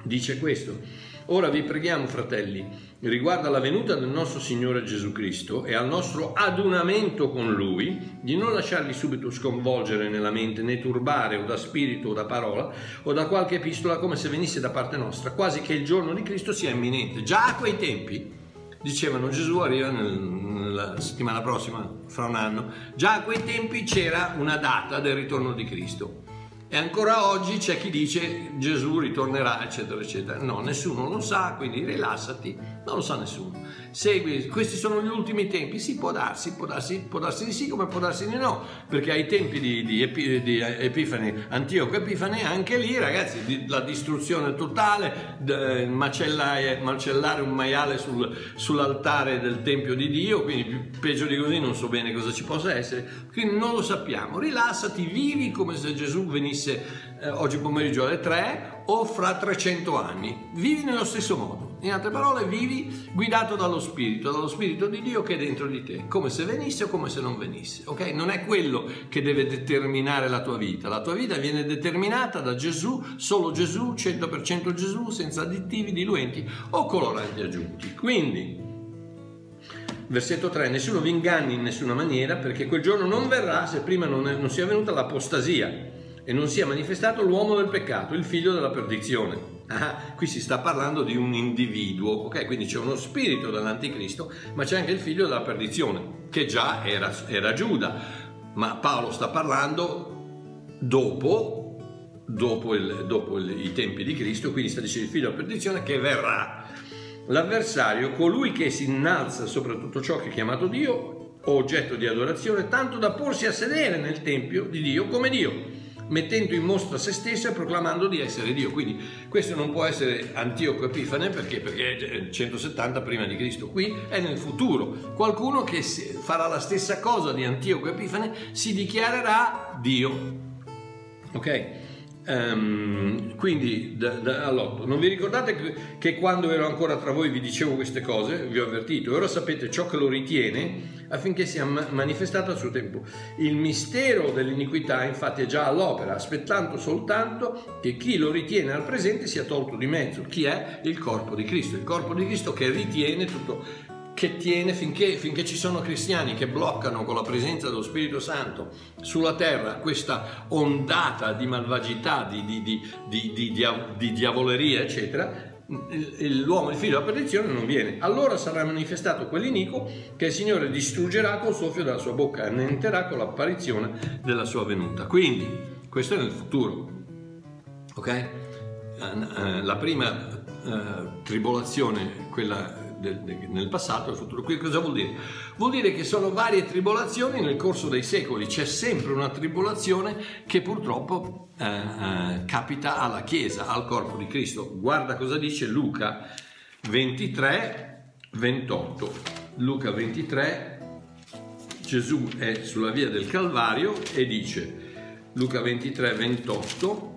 dice questo: ora vi preghiamo, fratelli, riguardo alla venuta del nostro Signore Gesù Cristo e al nostro adunamento con Lui, di non lasciarvi subito sconvolgere nella mente, né turbare o da spirito o da parola o da qualche epistola, come se venisse da parte nostra, quasi che il giorno di Cristo sia imminente. Già a quei tempi dicevano Gesù arriva nel, nella settimana prossima, fra un anno. Già a quei tempi c'era una data del ritorno di Cristo. E ancora oggi c'è chi dice Gesù ritornerà, eccetera, eccetera. No, nessuno lo sa, quindi rilassati, non lo sa nessuno. Segui, questi sono gli ultimi tempi. Sì, può darsi, può darsi, può darsi di sì, come può darsi di no, perché ai tempi di, di, Epi, di Epifane, Antioco Epifane, anche lì, ragazzi, di, la distruzione totale, de, macellare, macellare un maiale sul, sull'altare del Tempio di Dio, quindi peggio di così non so bene cosa ci possa essere, quindi non lo sappiamo. Rilassati, vivi come se Gesù venisse Eh, oggi pomeriggio alle tre o fra trecento anni, vivi nello stesso modo. In altre parole, vivi guidato dallo Spirito, dallo Spirito di Dio che è dentro di te, come se venisse o come se non venisse, ok? Non è quello che deve determinare la tua vita. La tua vita viene determinata da Gesù, solo Gesù, cento per cento Gesù, senza additivi, diluenti o coloranti aggiunti. Quindi versetto tre: nessuno vi inganni in nessuna maniera, perché quel giorno non verrà se prima non, è, non sia venuta l'apostasia e non sia manifestato l'uomo del peccato, il figlio della perdizione. Ah, qui si sta parlando di un individuo, ok? Quindi c'è uno spirito dell'anticristo, ma c'è anche il figlio della perdizione, che già era, era Giuda. Ma Paolo sta parlando dopo, dopo, il, dopo il, i tempi di Cristo, quindi sta dicendo il figlio della perdizione che verrà. L'avversario, colui che si innalza sopra tutto ciò che è chiamato Dio, o oggetto di adorazione, tanto da porsi a sedere nel tempio di Dio come Dio, mettendo in mostra se stesso e proclamando di essere Dio. Quindi questo non può essere Antioco Epifane, perché? Perché è centosettanta prima di Cristo. Qui è nel futuro. Qualcuno che farà la stessa cosa di Antioco Epifane si dichiarerà Dio. Ok? Um, quindi da, da, all'otto: non vi ricordate che, che quando ero ancora tra voi vi dicevo queste cose? Vi ho avvertito, e ora sapete ciò che lo ritiene, affinché sia manifestato al suo tempo. Il mistero dell'iniquità infatti è già all'opera, aspettando soltanto che chi lo ritiene al presente sia tolto di mezzo. Chi è? Il corpo di Cristo. Il corpo di Cristo che ritiene tutto, che tiene finché, finché ci sono cristiani che bloccano con la presenza dello Spirito Santo sulla terra questa ondata di malvagità, di, di, di, di, di, di, di diavoleria, eccetera. L'uomo, il figlio della perdizione, non viene. Allora sarà manifestato quell'iniquo che il Signore distruggerà col soffio della sua bocca, annienterà con l'apparizione della sua venuta. Quindi questo è nel futuro, ok? La prima uh, tribolazione, quella del, del, nel passato, il futuro. Qui cosa vuol dire? Vuol dire che sono varie tribolazioni nel corso dei secoli. C'è sempre una tribolazione che purtroppo eh, eh, capita alla Chiesa, al corpo di Cristo. Guarda cosa dice Luca ventitré ventotto. Luca ventitré, Gesù è sulla via del Calvario e dice, Luca ventitré ventotto,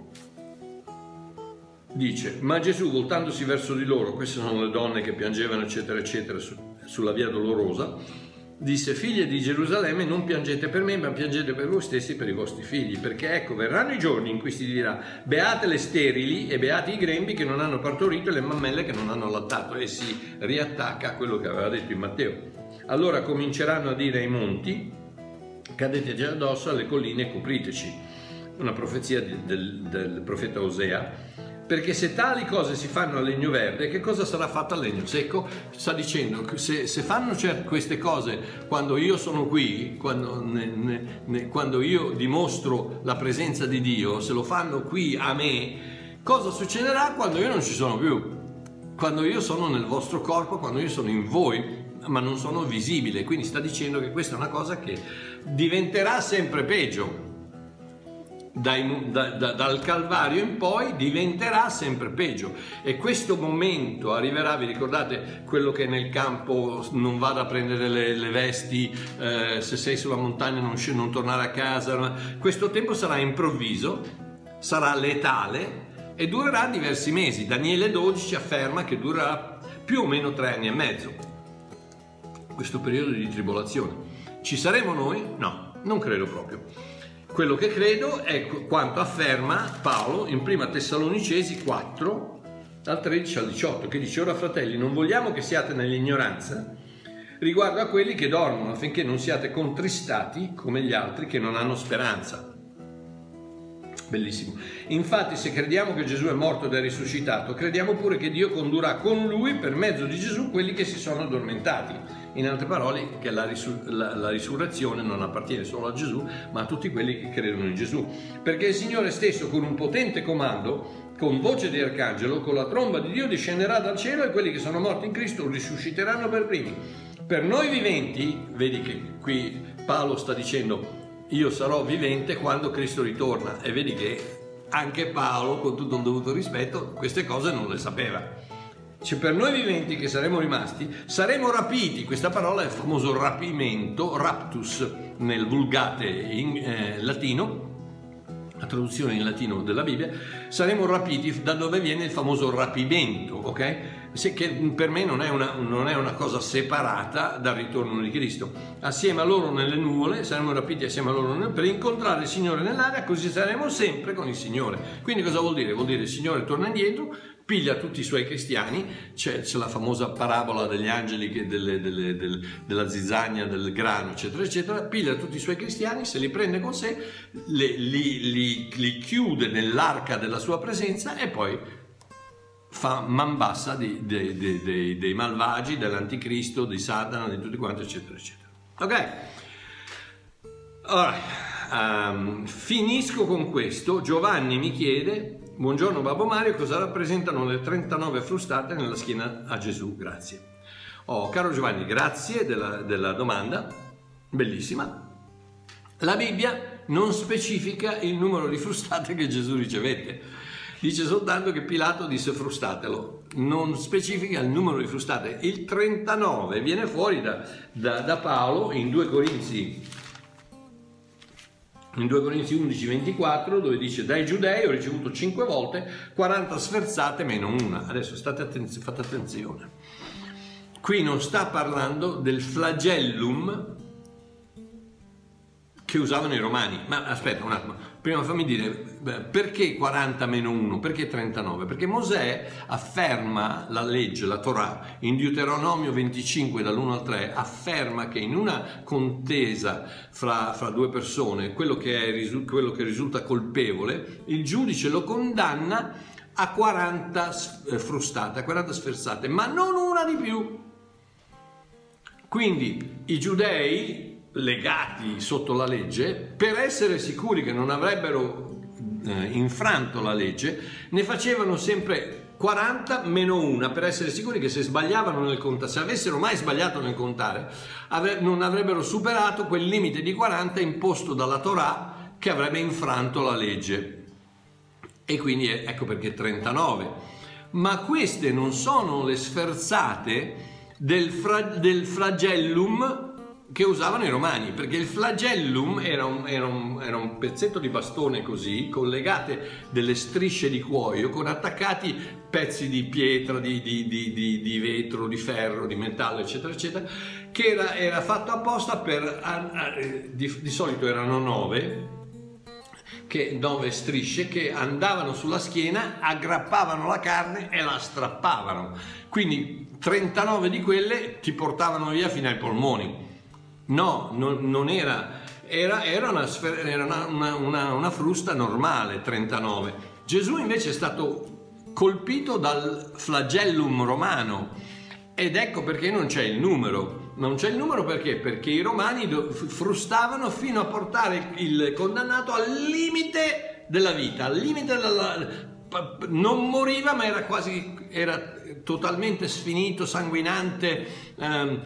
dice: ma Gesù, voltandosi verso di loro, queste sono le donne che piangevano eccetera eccetera su, sulla via dolorosa, disse: figlie di Gerusalemme, non piangete per me, ma piangete per voi stessi e per i vostri figli, perché ecco verranno i giorni in cui si dirà: beate le sterili e beati i grembi che non hanno partorito e le mammelle che non hanno allattato. E si riattacca a quello che aveva detto in Matteo. Allora cominceranno a dire ai monti: cadeteci addosso, alle colline copriteci. Una profezia del, del, del profeta Osea. Perché se tali cose si fanno a legno verde, che cosa sarà fatto a legno secco? Sta dicendo che se, se fanno certe queste cose quando io sono qui, quando, ne, ne, ne, quando io dimostro la presenza di Dio, se lo fanno qui a me, cosa succederà quando io non ci sono più? Quando io sono nel vostro corpo, quando io sono in voi, ma non sono visibile. Quindi sta dicendo che questa è una cosa che diventerà sempre peggio. Dai, da, da, dal Calvario in poi diventerà sempre peggio, e questo momento arriverà. Vi ricordate quello che nel campo non vada a prendere le, le vesti, eh, se sei sulla montagna non, non tornare a casa? Questo tempo sarà improvviso, sarà letale e durerà diversi mesi. Daniele dodici afferma che durerà più o meno tre anni e mezzo questo periodo di tribolazione. Ci saremo noi? No, non credo proprio. Quello che credo è quanto afferma Paolo in prima Tessalonicesi quattro, dal tredici al diciotto, che dice: ora fratelli, non vogliamo che siate nell'ignoranza riguardo a quelli che dormono, affinché non siate contristati come gli altri che non hanno speranza. Bellissimo. Infatti, se crediamo che Gesù è morto ed è risuscitato, crediamo pure che Dio condurrà con lui, per mezzo di Gesù, quelli che si sono addormentati. In altre parole, che la, risur- la, la risurrezione non appartiene solo a Gesù, ma a tutti quelli che credono in Gesù. Perché il Signore stesso, con un potente comando, con voce di arcangelo, con la tromba di Dio, discenderà dal cielo, e quelli che sono morti in Cristo risusciteranno per primi. Per noi viventi, vedi che qui Paolo sta dicendo: io sarò vivente quando Cristo ritorna, e vedi che anche Paolo, con tutto il dovuto rispetto, queste cose non le sapeva. Cioè, per noi viventi che saremo rimasti, saremo rapiti. Questa parola è il famoso rapimento, raptus nel Vulgate in eh, latino, la traduzione in latino della Bibbia. Saremo rapiti, da dove viene il famoso rapimento, ok? Se, che per me non è, una, non è una cosa separata dal ritorno di Cristo. Assieme a loro nelle nuvole, saremo rapiti assieme a loro nel, per incontrare il Signore nell'aria, così saremo sempre con il Signore. Quindi cosa vuol dire? Vuol dire il Signore torna indietro, piglia tutti i suoi cristiani. C'è, c'è la famosa parabola degli angeli, che delle, delle, delle, della zizzania, del grano, eccetera eccetera. Piglia tutti i suoi cristiani, se li prende con sé, li, li, li, li chiude nell'arca della sua presenza, e poi fa man bassa di, de, de, de, dei malvagi, dell'anticristo, di Satana, di tutti quanti, eccetera eccetera. Ok, ora um, finisco con questo. Giovanni mi chiede: buongiorno Babbo Mario, cosa rappresentano le trentanove frustate nella schiena a Gesù? Grazie. Oh, caro Giovanni, grazie della, della domanda, bellissima. La Bibbia non specifica il numero di frustate che Gesù ricevette. Dice soltanto che Pilato disse: frustatelo. Non specifica il numero di frustate. Il trentanove viene fuori da, da, da Paolo in due Corinzi, in due Corinzi undici ventiquattro, dove dice: dai Giudei ho ricevuto cinque volte quaranta sferzate meno una. Adesso state attenzione, fate attenzione. Qui non sta parlando del flagellum che usavano i romani. Ma aspetta un attimo, prima fammi dire, perché quaranta meno uno? Perché trentanove? Perché Mosè afferma la legge, la Torah, in Deuteronomio venticinque dall'uno al tre, afferma che in una contesa fra, fra due persone, quello che, è, quello che risulta colpevole, il giudice lo condanna a quaranta frustate, a quaranta sferzate, ma non una di più. Quindi i giudei, legati sotto la legge, per essere sicuri che non avrebbero eh, infranto la legge, ne facevano sempre quaranta meno una, per essere sicuri che se sbagliavano nel contare, se avessero mai sbagliato nel contare, avre- non avrebbero superato quel limite di quaranta imposto dalla Torah, che avrebbe infranto la legge. E quindi è, ecco perché trentanove. Ma queste non sono le sferzate del, fra- del flagellum che usavano i romani, perché il flagellum era un, era, un, era un pezzetto di bastone così, collegate delle strisce di cuoio con attaccati pezzi di pietra, di, di, di, di, di vetro, di ferro, di metallo, eccetera eccetera, che era, era fatto apposta per, a, a, di, di solito erano nove, che, nove strisce che andavano sulla schiena, aggrappavano la carne e la strappavano. Quindi trentanove di quelle ti portavano via fino ai polmoni. No, non, non era, era, era, una, era una, una, una frusta normale, trentanove. Gesù invece è stato colpito dal flagellum romano, ed ecco perché non c'è il numero. Non c'è il numero perché? Perché i romani frustavano fino a portare il condannato al limite della vita, al limite della... non moriva, ma era quasi, era totalmente sfinito, sanguinante, ehm,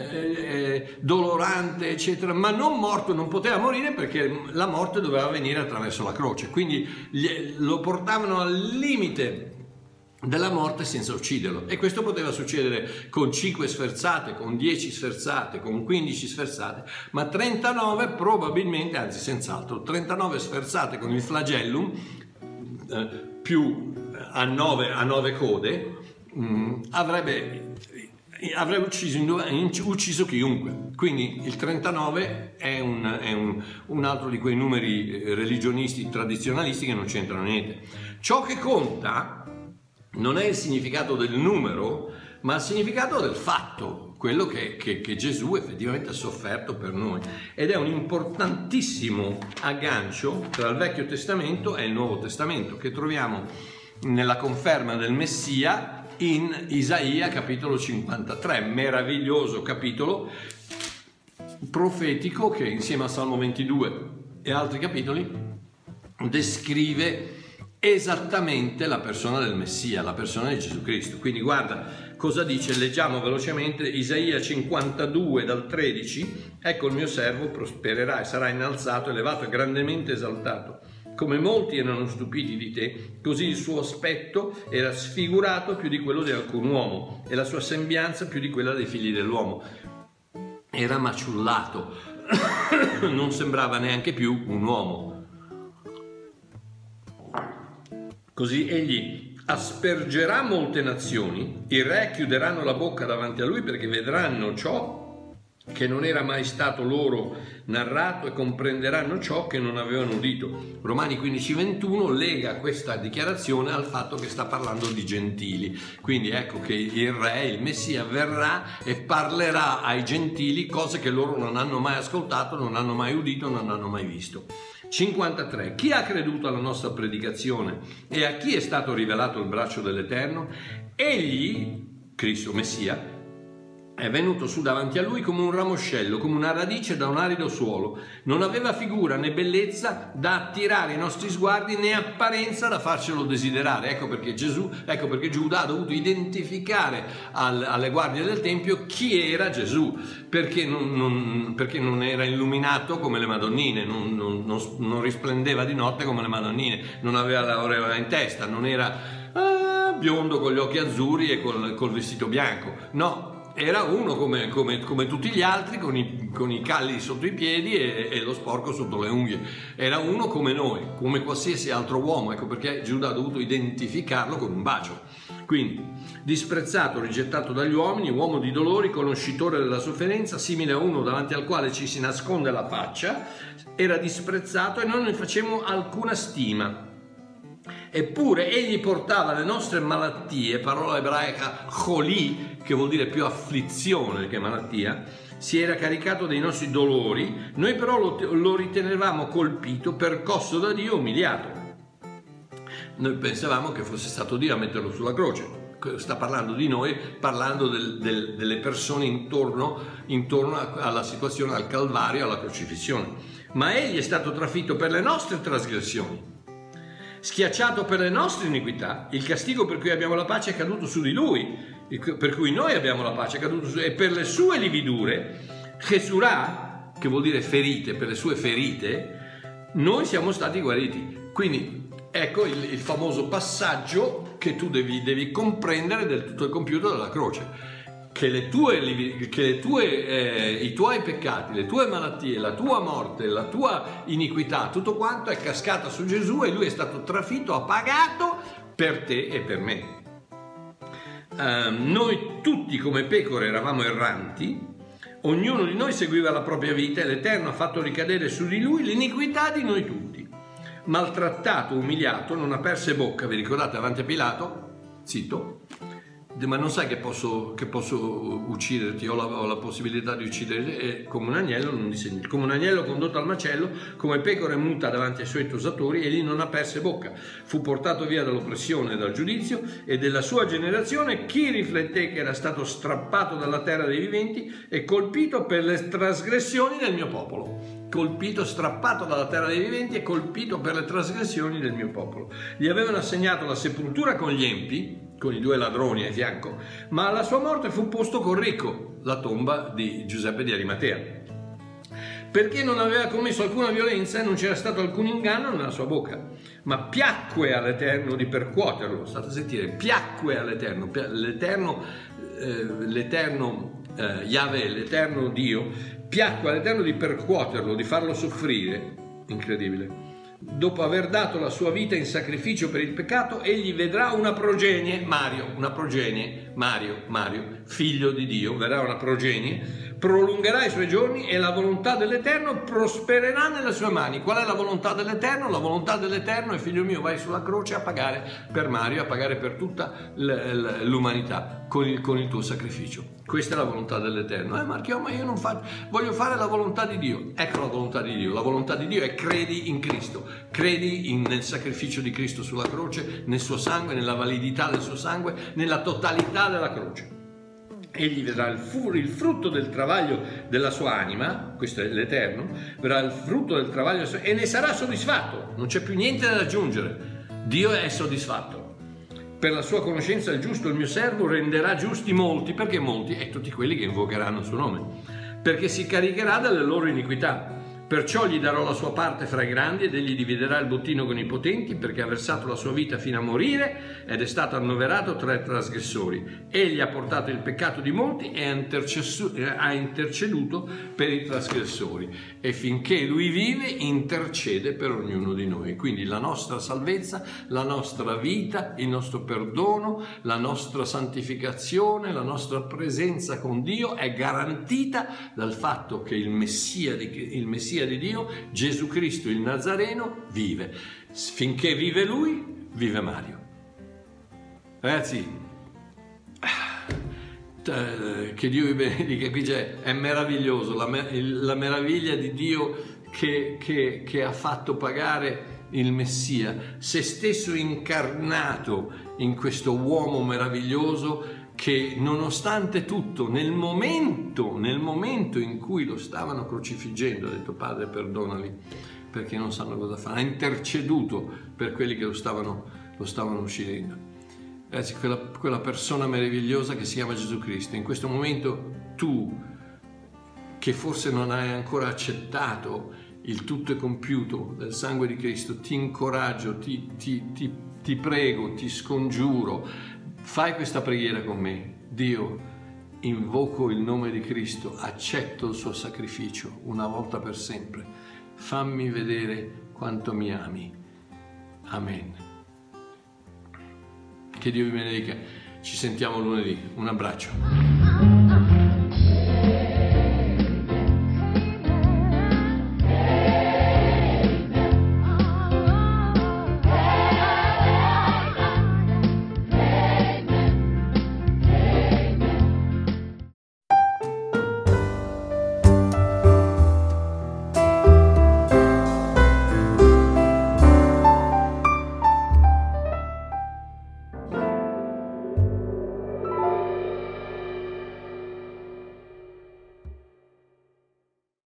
eh, dolorante, eccetera, ma non morto, non poteva morire perché la morte doveva venire attraverso la croce, quindi gli, lo portavano al limite della morte senza ucciderlo. E questo poteva succedere con cinque sferzate, con dieci sferzate, con quindici sferzate, ma trentanove probabilmente, anzi senz'altro, trentanove sferzate con il flagellum eh, più a nove, a nove code mh, avrebbe avrebbe ucciso, ucciso chiunque. Quindi il trentanove è, un, è un, un altro di quei numeri religionisti tradizionalisti che non c'entrano niente. Ciò che conta non è il significato del numero, ma il significato del fatto, quello che, che, che Gesù effettivamente ha sofferto per noi. Ed è un importantissimo aggancio tra il Vecchio Testamento e il Nuovo Testamento, che troviamo nella conferma del Messia in Isaia capitolo cinquantatré, meraviglioso capitolo profetico che insieme a Salmo ventidue e altri capitoli descrive esattamente la persona del Messia, la persona di Gesù Cristo. Quindi guarda cosa dice, leggiamo velocemente Isaia cinquantadue dal tredici: ecco il mio servo prospererà e sarà innalzato, elevato e grandemente esaltato. Come molti erano stupiti di te, così il suo aspetto era sfigurato più di quello di alcun uomo e la sua sembianza più di quella dei figli dell'uomo. Era maciullato, non sembrava neanche più un uomo. Così egli aspergerà molte nazioni, i re chiuderanno la bocca davanti a lui perché vedranno ciò che non era mai stato loro narrato e comprenderanno ciò che non avevano udito. Romani quindici ventuno lega questa dichiarazione al fatto che sta parlando di gentili. Quindi ecco che il re, il Messia, verrà e parlerà ai gentili cose che loro non hanno mai ascoltato, non hanno mai udito, non hanno mai visto. cinquantatré. Chi ha creduto alla nostra predicazione e a chi è stato rivelato il braccio dell'Eterno? Egli, Cristo Messia, è venuto su davanti a lui come un ramoscello, come una radice da un arido suolo. Non aveva figura né bellezza da attirare i nostri sguardi, né apparenza da farcelo desiderare. Ecco perché Gesù, ecco perché Giuda ha dovuto identificare al, alle guardie del Tempio chi era Gesù, perché non, non, perché non era illuminato come le Madonnine, non, non, non, non risplendeva di notte come le Madonnine, non aveva l'aureola in testa, non era ah, biondo con gli occhi azzurri e col, col vestito bianco. No, era uno come, come, come tutti gli altri, con i, con i calli sotto i piedi e, e lo sporco sotto le unghie. Era uno come noi, come qualsiasi altro uomo. Ecco perché Giuda ha dovuto identificarlo con un bacio. Quindi, disprezzato, rigettato dagli uomini, uomo di dolori, conoscitore della sofferenza, simile a uno davanti al quale ci si nasconde la faccia, era disprezzato e noi non ne facemmo alcuna stima. Eppure egli portava le nostre malattie, parola ebraica choli, che vuol dire più afflizione che malattia, si era caricato dei nostri dolori, noi però lo, lo ritenevamo colpito, percosso da Dio, umiliato. Noi pensavamo che fosse stato Dio a metterlo sulla croce. Sta parlando di noi, parlando del, del, delle persone intorno, intorno alla situazione, al Calvario, alla crocifissione. Ma egli è stato trafitto per le nostre trasgressioni, schiacciato per le nostre iniquità, il castigo per cui abbiamo la pace è caduto su di lui, per cui noi abbiamo la pace è caduto su, e per le sue lividure, Chesurah, che vuol dire ferite, per le sue ferite, noi siamo stati guariti. Quindi ecco il, il famoso passaggio che tu devi, devi comprendere del tutto il compiuto della croce. Che le tue, che le tue, eh, i tuoi peccati, le tue malattie, la tua morte, la tua iniquità, tutto quanto è cascata su Gesù e lui è stato trafitto, ha pagato per te e per me. Uh, noi tutti come pecore eravamo erranti, ognuno di noi seguiva la propria vita e l'Eterno ha fatto ricadere su di lui l'iniquità di noi tutti. Maltrattato, umiliato, non aperse bocca, vi ricordate davanti a Pilato? Zitto. Ma non sai che posso, che posso ucciderti, ho la, ho la possibilità di ucciderti, e come un agnello non disse niente. Come un agnello condotto al macello, come pecore muta davanti ai suoi tosatori, egli non aperse bocca. Fu portato via dall'oppressione e dal giudizio, e della sua generazione chi rifletté che era stato strappato dalla terra dei viventi e colpito per le trasgressioni del mio popolo. Colpito, strappato dalla terra dei viventi e colpito per le trasgressioni del mio popolo. Gli avevano assegnato la sepoltura con gli empi, con i due ladroni a fianco, ma alla sua morte fu posto col ricco, la tomba di Giuseppe di Arimatea, perché non aveva commesso alcuna violenza e non c'era stato alcun inganno nella sua bocca. Ma piacque all'Eterno di percuoterlo. State a sentire, piacque all'Eterno, l'Eterno, eh, l'Eterno eh, Yahweh, l'Eterno Dio, piacque all'Eterno di percuoterlo, di farlo soffrire. Incredibile. Dopo aver dato la sua vita in sacrificio per il peccato, egli vedrà una progenie, Mario, una progenie, Mario, Mario, figlio di Dio, verrà una progenie, prolungherà i suoi giorni e la volontà dell'Eterno prospererà nelle sue mani. Qual è la volontà dell'Eterno? La volontà dell'Eterno è: figlio mio, vai sulla croce a pagare per Mario, a pagare per tutta l'umanità con il, con il tuo sacrificio. Questa è la volontà dell'Eterno. Eh Marchio, ma io non faccio, voglio fare la volontà di Dio. Ecco la volontà di Dio. La volontà di Dio è: credi in Cristo, credi in, nel sacrificio di Cristo sulla croce, nel suo sangue, nella validità del suo sangue, nella totalità della croce. Egli vedrà il, fu- il frutto del travaglio della sua anima, questo è l'Eterno, vedrà il frutto del travaglio della sua, e ne sarà soddisfatto. Non c'è più niente da aggiungere. Dio è soddisfatto. Per la sua conoscenza il giusto, il mio servo, renderà giusti molti. Perché molti? E tutti quelli che invocheranno il suo nome. Perché si caricherà delle loro iniquità. Perciò gli darò la sua parte fra i grandi ed egli dividerà il bottino con i potenti, perché ha versato la sua vita fino a morire ed è stato annoverato tra i trasgressori. Egli ha portato il peccato di molti e ha interceduto per i trasgressori, e finché lui vive intercede per ognuno di noi. Quindi la nostra salvezza, la nostra vita, il nostro perdono, la nostra santificazione, la nostra presenza con Dio è garantita dal fatto che il Messia di, il Messia di Dio, Gesù Cristo il Nazareno, vive. Finché vive lui, vive Mario. Ragazzi, che Dio vi benedica. Qui c'è, è meraviglioso la, la meraviglia di Dio che, che, che ha fatto pagare il Messia, se stesso incarnato in questo uomo meraviglioso, che nonostante tutto, nel momento, nel momento in cui lo stavano crocifiggendo, ha detto: Padre, perdonali perché non sanno cosa fare. Ha interceduto per quelli che lo stavano, lo stavano uccidendo. Ragazzi, quella, quella persona meravigliosa che si chiama Gesù Cristo, in questo momento tu, che forse non hai ancora accettato il tutto è compiuto del sangue di Cristo, ti incoraggio, ti, ti, ti, ti prego, ti scongiuro, fai questa preghiera con me. Dio, invoco il nome di Cristo, accetto il suo sacrificio una volta per sempre, fammi vedere quanto mi ami. Amen. Che Dio vi benedica. Ci sentiamo lunedì. Un abbraccio.